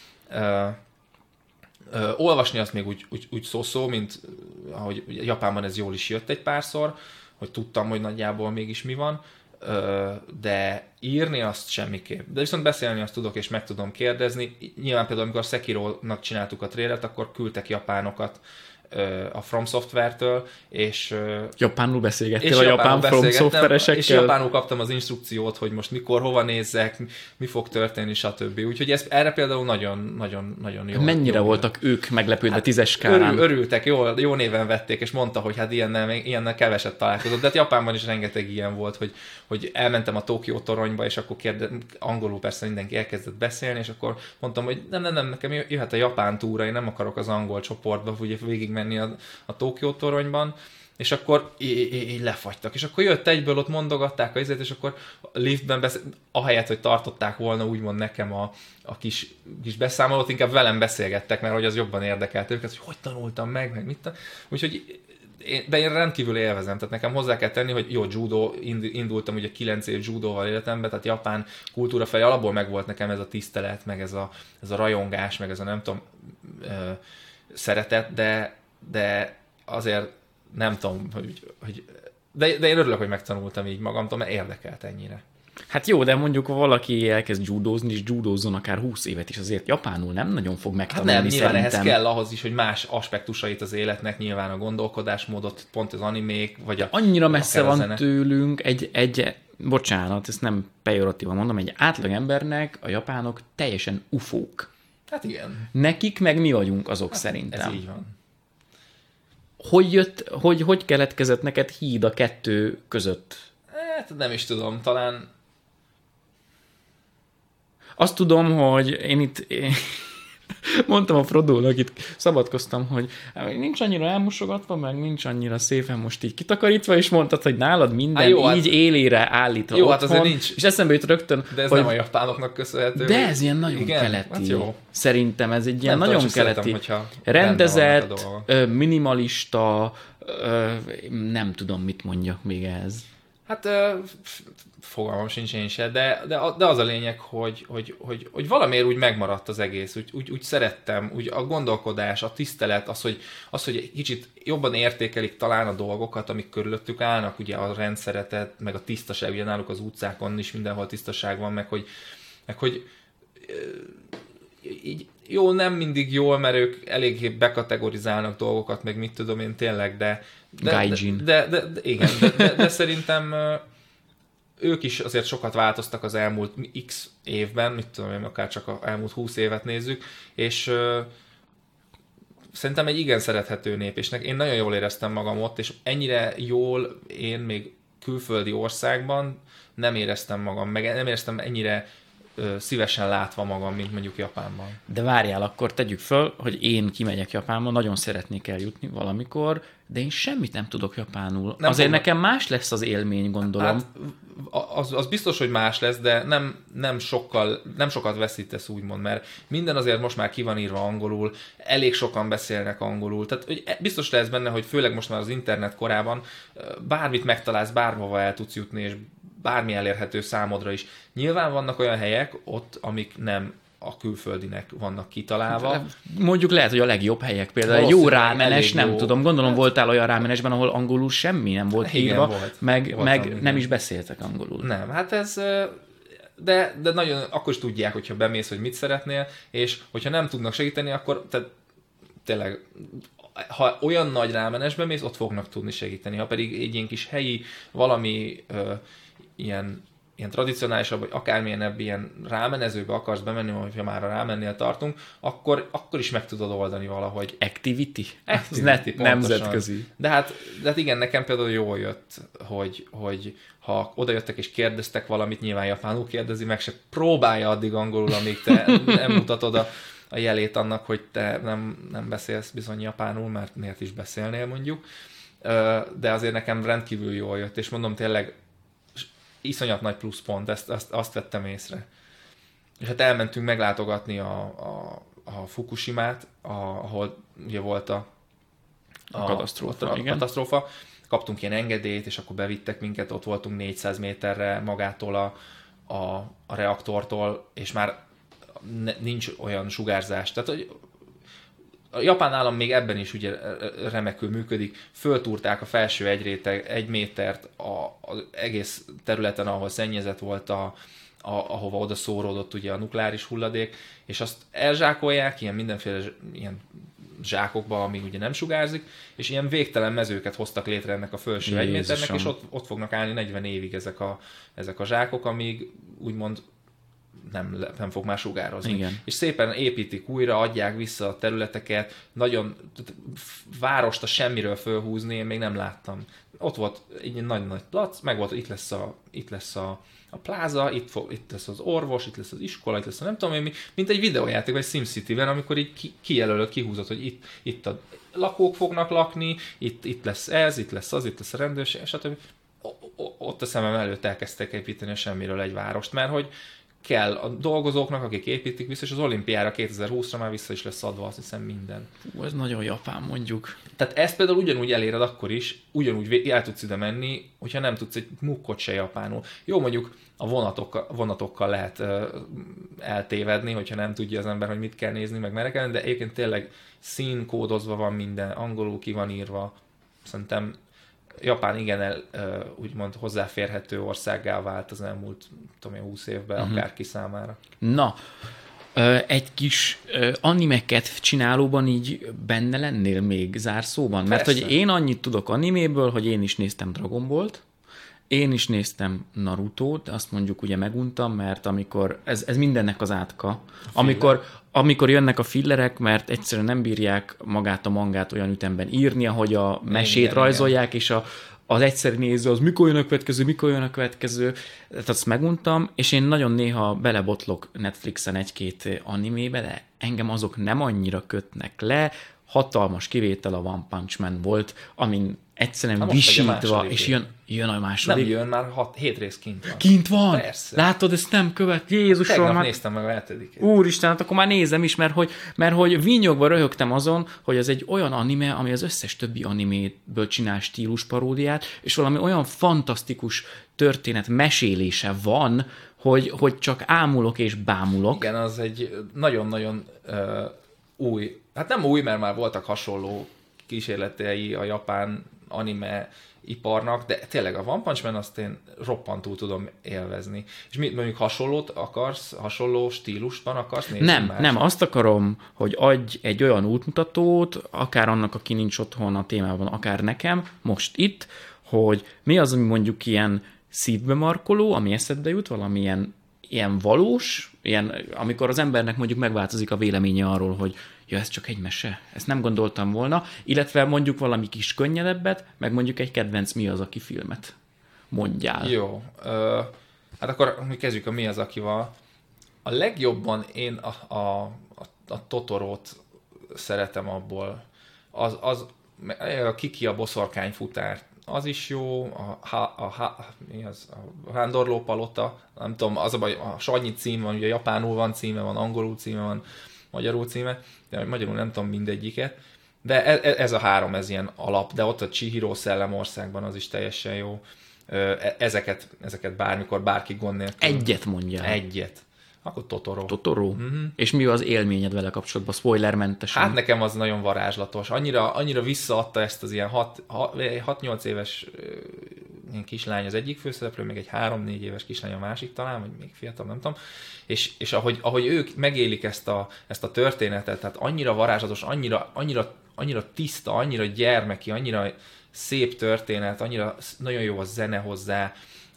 Olvasni azt még úgy szó-szó, mint ahogy Japánban ez jól is jött egy párszor, hogy tudtam, hogy nagyjából mégis mi van, de írni azt semmiképp. De viszont beszélni azt tudok, és meg tudom kérdezni. Nyilván például, amikor Sekiro-nak csináltuk a trailert, akkor küldtek japánokat a From Software-től, és japánul beszélgettél a japán From Software-esekkel? És japánul kaptam az instrukciót, hogy most mikor, hova nézzek, mi fog történni, stb. Úgyhogy erre például nagyon jó. Mennyire voltak ők meglepődve hát 10-es skálán? Örültek, jó néven vették, és mondta, hogy hát ilyennel keveset találkozott. De hát Japánban is rengeteg ilyen volt, hogy elmentem a Tokió toronyba, és akkor angolul persze mindenki elkezdett beszélni, és akkor mondtam, hogy nem, nekem jöhet a japán túra, én nem akarok az angol csoportba, ugye végig menni a Tokió toronyban, és akkor így lefagytak. És akkor jött egyből, ott mondogatták a izét, és akkor a liftben ahelyett, hogy tartották volna úgymond nekem a kis beszámolót, inkább velem beszélgettek, mert hogy az jobban érdekelt őket, hogy tanultam meg mit. Úgyhogy de én rendkívül élvezem, tehát nekem hozzá kell tenni, hogy jó, judo, indultam ugye 9 év judóval életemben, tehát japán kultúra felé alapból megvolt nekem ez a tisztelet, meg ez a rajongás, meg ez a nem tudom, szeretet, de azért nem tudom, hogy de én örülök, hogy megtanultam így magamtól, mert érdekelt ennyire. Hát jó, de mondjuk valaki elkezd judózni, és judózzon akár 20 évet is, azért japánul nem nagyon fog megtanulni. Hát nem, nyilván ehhez kell ahhoz is, hogy más aspektusait az életnek, nyilván a gondolkodásmódot, pont az animék, vagy annyira messze van tőlünk bocsánat, ezt nem pejoratívan mondom, egy átlag embernek a japánok teljesen ufók. Hát igen. Nekik meg mi vagyunk azok szerintem. Ez így van. Hogy keletkezett neked híd a kettő között? Hát nem is tudom, talán... Azt tudom, hogy én mondtam a Frodónak, itt szabadkoztam, hogy nincs annyira elmosogatva, meg nincs annyira szépen most így kitakarítva, és mondtad, hogy nálad minden jó, így élére állítva jó, otthon, hát azért nincs. És eszembe jut rögtön, de ez hogy... nem a japánoknak köszönhető. De ez ilyen nagyon igen, keleti. hát jó. Szerintem ez egy ilyen nagyon keleti. Rendezett, minimalista, nem tudom, mit mondjak még ehhez. Hát fogalmam sincs én se, de az a lényeg, hogy valamiért úgy megmaradt az egész, úgy szerettem, úgy a gondolkodás, a tisztelet, az, hogy egy kicsit jobban értékelik talán a dolgokat, amik körülöttük állnak, ugye a rendszeretet, meg a tisztaság, ugye náluk az utcákon is mindenhol tisztaság van, meg hogy így, jó, nem mindig jól, mert ők eléggé bekategorizálnak dolgokat, meg mit tudom én tényleg, de igen, de szerintem ők is azért sokat változtak az elmúlt x évben, mit tudom én, akár csak az elmúlt 20 évet nézzük, és szerintem egy igen szerethető nép, és én nagyon jól éreztem magam ott, és ennyire jól én még külföldi országban nem éreztem magam, meg nem éreztem ennyire szívesen látva magam, mint mondjuk Japánban. De várjál, akkor tegyük föl, hogy én kimegyek Japánba, nagyon szeretnék eljutni valamikor, de én semmit nem tudok japánul. Nem azért nekem más lesz az élmény, gondolom. Hát, az biztos, hogy más lesz, de nem sokat veszítesz, úgymond, mert minden azért most már ki van írva angolul, elég sokan beszélnek angolul, tehát hogy biztos lesz benne, hogy főleg most már az internet korában bármit megtalálsz, bárhova el tudsz jutni, és bármi elérhető számodra is. Nyilván vannak olyan helyek ott, amik nem a külföldinek vannak kitalálva. Mondjuk lehet, hogy a legjobb helyek, például egy jó rámenes, nem jó. Tudom, gondolom voltál olyan rámenesben, ahol angolul semmi nem volt írva, meg nem is beszéltek angolul. Nem, hát ez... De nagyon akkor is tudják, hogyha bemész, hogy mit szeretnél, és hogyha nem tudnak segíteni, akkor tényleg, ha olyan nagy rámenesbe mész, ott fognak tudni segíteni. Ha pedig egy ilyen kis helyi, valami ilyen tradicionálisabb, vagy akármilyenebb ilyen rámenezőbe akarsz bemenni, hogyha már a rámennél tartunk, akkor is meg tudod oldani valahogy. Activity nemzetközi. De hát igen, nekem például jól jött, hogy ha oda jöttek és kérdeztek valamit, nyilván japánul kérdezi, meg se próbálja addig angolul, amíg te nem mutatod a jelét annak, hogy te nem beszélsz bizony japánul, mert miért is beszélnél mondjuk. De azért nekem rendkívül jól jött, és mondom tényleg iszonyat nagy pluszpont, azt vettem észre. És hát elmentünk meglátogatni a Fukushimát, ahol ugye volt a katasztrófa. Kaptunk ilyen engedélyt, és akkor bevittek minket, ott voltunk 400 méterre magától a reaktortól, és már nincs olyan sugárzás. Tehát, hogy a japán állam még ebben is ugye remekül működik. Föltúrták a felső egy métert az egész területen, ahol szennyezett volt, ahova oda szóródott ugye a nukleáris hulladék, és azt elzsákolják ilyen mindenféle ilyen zsákokba, amíg ugye nem sugárzik, és ilyen végtelen mezőket hoztak létre ennek a felső egy méternek, és ott fognak állni 40 évig ezek a zsákok, amíg úgymond nem fog már sugározni. Igen. És szépen építik újra, adják vissza a területeket, nagyon várost a semmiről fölhúzni, én még nem láttam. Ott volt egy nagy plac, meg volt, itt lesz a pláza, itt lesz az orvos, itt lesz az iskola, itt lesz a nem tudom én mi, mint egy videójáték, vagy SimCity-ben, amikor így kijelölöd, kihúzod, hogy itt a lakók fognak lakni, itt lesz ez, itt lesz az, itt lesz a rendőrség, stb. Ott a szemem előtt elkezdtek építeni a semmiről egy várost, mert hogy kell a dolgozóknak, akik építik vissza, és az olimpiára 2020-ra már vissza is lesz adva, azt hiszem minden. Ez nagyon japán, mondjuk. Tehát ezt például ugyanúgy eléred akkor is, ugyanúgy el tudsz ide menni, hogyha nem tudsz egy mukkot se japánul. Jó, mondjuk a vonatokkal lehet eltévedni, hogyha nem tudja az ember, hogy mit kell nézni, meg merre kell, de egyébként tényleg színkódozva van minden, angolul ki van írva. Szerintem Japán igen úgymond hozzáférhető országgá vált az elmúlt 20 évben, akárki számára. Na, egy kis animeket csinálóban így benne lennél még zárszóban? Mert Persze. hogy én annyit tudok animéből, hogy én is néztem Dragon Ballt, én is néztem Narutót, azt mondjuk ugye meguntam, mert amikor, ez mindennek az átka, amikor jönnek a fillerek, mert egyszerűen nem bírják magát a mangát olyan ütemben írni, ahogy a mesét rajzolják, és az egyszerű néző az mikor jön a következő, tehát azt meguntam, és én nagyon néha belebotlok Netflixen egy-két animébe, de engem azok nem annyira kötnek le, hatalmas kivétel a One Punch Man volt, amin egyszerűen visítva, és jön a második. Nem jön, már 7 rész kint van. Kint van? Persze. Látod, ezt nem követ. Jézusom. Tegnap néztem meg a 7-et. Úristen, hát akkor már nézem is, mert hogy vinyogva röhögtem azon, hogy ez egy olyan anime, ami az összes többi animéből csinál stílusparódiát, és valami olyan fantasztikus történet mesélése van, hogy csak ámulok és bámulok. Igen, az egy nagyon-nagyon új, hát nem új, mert már voltak hasonló kísérletei a japán anime iparnak, de tényleg a One Punch Man azt én roppantul tudom élvezni. És mondjuk hasonlót akarsz, hasonló stílusban akarsz nézni? Nem, azt akarom, hogy adj egy olyan útmutatót, akár annak, aki nincs otthon a témában, akár nekem, most itt, hogy mi az, ami mondjuk ilyen szívbe markoló, ami eszedbe jut, valamilyen ilyen valós, ilyen, amikor az embernek mondjuk megváltozik a véleménye arról, hogy ja, ez csak egy mese, ezt nem gondoltam volna, illetve mondjuk valami kis könnyedebbet, meg mondjuk egy kedvenc Mi az, aki filmet mondjál. Jó, hát akkor mi kezdjük a Mi az, akival. A legjobban én a Totorót szeretem abból. A Kiki a boszorkányfutár, az is jó, a Vándorló palota, nem tudom, az a baj, a Sanyi cím van, ugye japánul van címe, van angolul címe, van magyarul címe, de magyarul nem tudom mindegyiket, de ez a három, ez ilyen alap, de ott a Chihiro Szellemországban az is teljesen jó. Ezeket bármikor, bárki gond nélkül. Egyet mondjál. Egyet. Akkor Totoro. Totoro? Uh-huh. És mi az élményed vele kapcsolatban, spoilermentesen? Hát nekem az nagyon varázslatos. Annyira visszaadta ezt az ilyen 6-8 éves kislány az egyik főszereplő, még egy 3-4 éves kislány a másik talán, vagy még fiatal, nem tudom. És ahogy ők megélik ezt a történetet, tehát annyira varázslatos, annyira tiszta, annyira gyermeki, annyira szép történet, annyira nagyon jó a zene hozzá,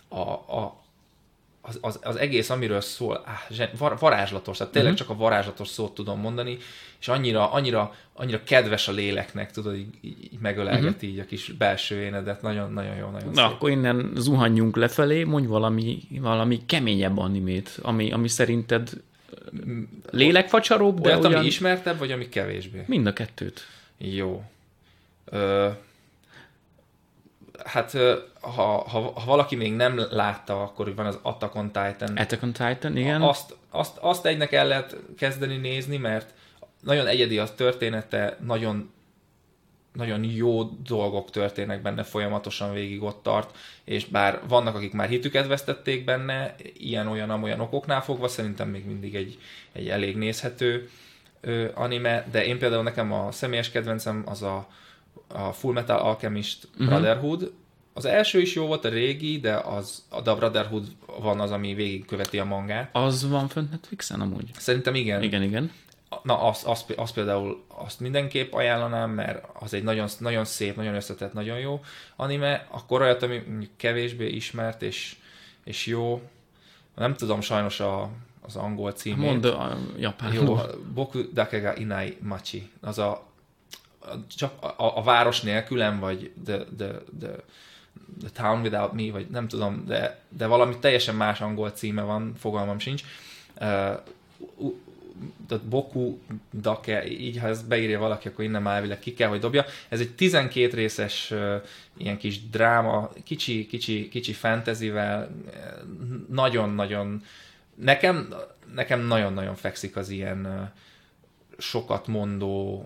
az egész, amiről szól, varázslatos, tehát tényleg csak a varázslatos szót tudom mondani, és annyira kedves a léleknek, tudod, így megölelgeti így a kis belső énedet, nagyon-nagyon jó, nagyon szép. Akkor innen zuhanjunk lefelé, mondj valami keményebb animét, ami szerinted lélekfacsaróbb, de olyat, ami ismertebb, vagy ami kevésbé? Mind a kettőt. Jó. Hát, ha valaki még nem látta, akkor van az Attack on Titan. Attack on Titan, igen. Azt egynek el lehet kezdeni nézni, mert nagyon egyedi a története, nagyon, nagyon jó dolgok történnek benne, folyamatosan végig ott tart, és bár vannak, akik már hitüket vesztették benne, ilyen-olyan okoknál fogva, szerintem még mindig egy elég nézhető anime, de én például nekem a személyes kedvencem az a Full Metal Alchemist Brotherhood. Az első is jó volt, a régi, de a Brotherhood van az, ami végigköveti a mangát. Az van fönt Netflixen amúgy? Szerintem igen. Igen. Na, azt például azt mindenképp ajánlanám, mert az egy nagyon, nagyon szép, nagyon összetett, nagyon jó anime. Akkor olyat, ami kevésbé ismert és jó. Nem tudom sajnos az angol címét. Mondd a japán. Jó, Boku dake ga inai machi. Az csak a város nélkülem, vagy the Town Without Me, vagy nem tudom, de valami teljesen más angol címe van, fogalmam sincs. Boku dake, így ha ezt beírja valaki, akkor innen már elvileg ki kell, hogy dobja. Ez egy 12 részes ilyen kis dráma, kicsi fantasyvel, nagyon-nagyon nekem nagyon-nagyon fekszik az ilyen sokat mondó,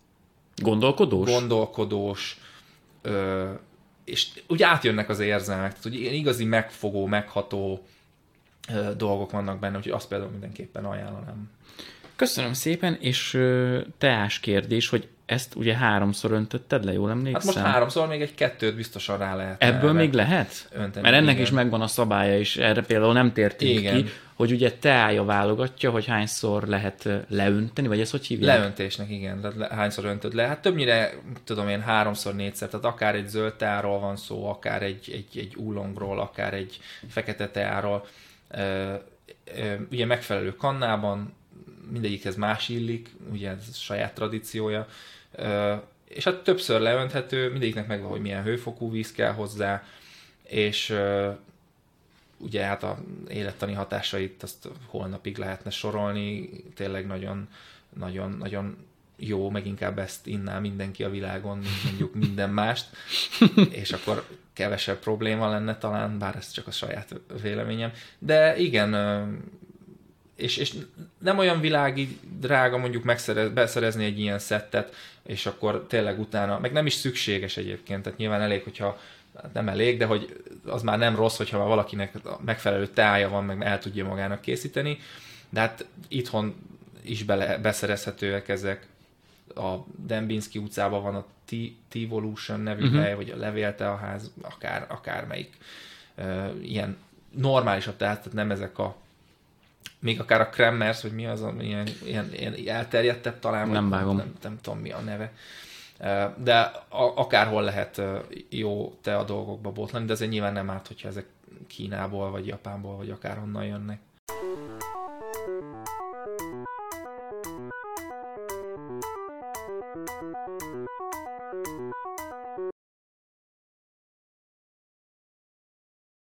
gondolkodós, és úgy átjönnek az érzelmek, tehát hogy ilyen igazi megfogó, megható dolgok vannak benne, úgyhogy azt például mindenképpen ajánlanám. Köszönöm szépen, és teás kérdés, hogy ezt ugye 3-szor öntötted le, jól emlékszem? Hát most 3-szor még egy 2-t biztosan rá lehet. Ebből még lehet? Önteni, mert ennek igen. is megvan a szabálya, és erre például nem tértünk ki, hogy ugye teája válogatja, hogy hányszor lehet leönteni, vagy ezt hogy hívják? Leöntésnek, igen, tehát hányszor öntöd le. Hát többnyire, tudom én, 3-4-szer, tehát akár egy zöld teáról van szó, akár egy oolongról, akár egy fekete teáról. Ugye megfelelő kannában, mindegyikhez más illik, ugye ez saját tradíciója, és hát többször leönthető, mindegyiknek megvan, hogy milyen hőfokú víz kell hozzá, és ugye hát a élettani hatásait azt holnapig lehetne sorolni, tényleg nagyon jó, meg inkább ezt inná mindenki a világon, mint mondjuk minden mást, és akkor kevesebb probléma lenne talán, bár ez csak a saját véleményem, de igen, és nem olyan világi drága mondjuk beszerezni egy ilyen szettet, és akkor tényleg utána, meg nem is szükséges egyébként, tehát nyilván elég, hogyha nem elég, de hogy az már nem rossz, hogyha már valakinek megfelelő teája van, meg el tudja magának készíteni, de hát itthon is beszerezhetőek ezek. A Dembinski utcában van a T-Volution nevű hely, vagy a Levélteaház, akármelyik ilyen normálisabb, tehát nem ezek a még akár a Kremmers, vagy mi az, ilyen elterjedtebb talán, nem vágom. Nem tudom mi a neve. De akárhol lehet jó te a dolgokba botlani, de azért nyilván nem árt, hogyha ezek Kínából, vagy Japánból, vagy akárhonnan jönnek.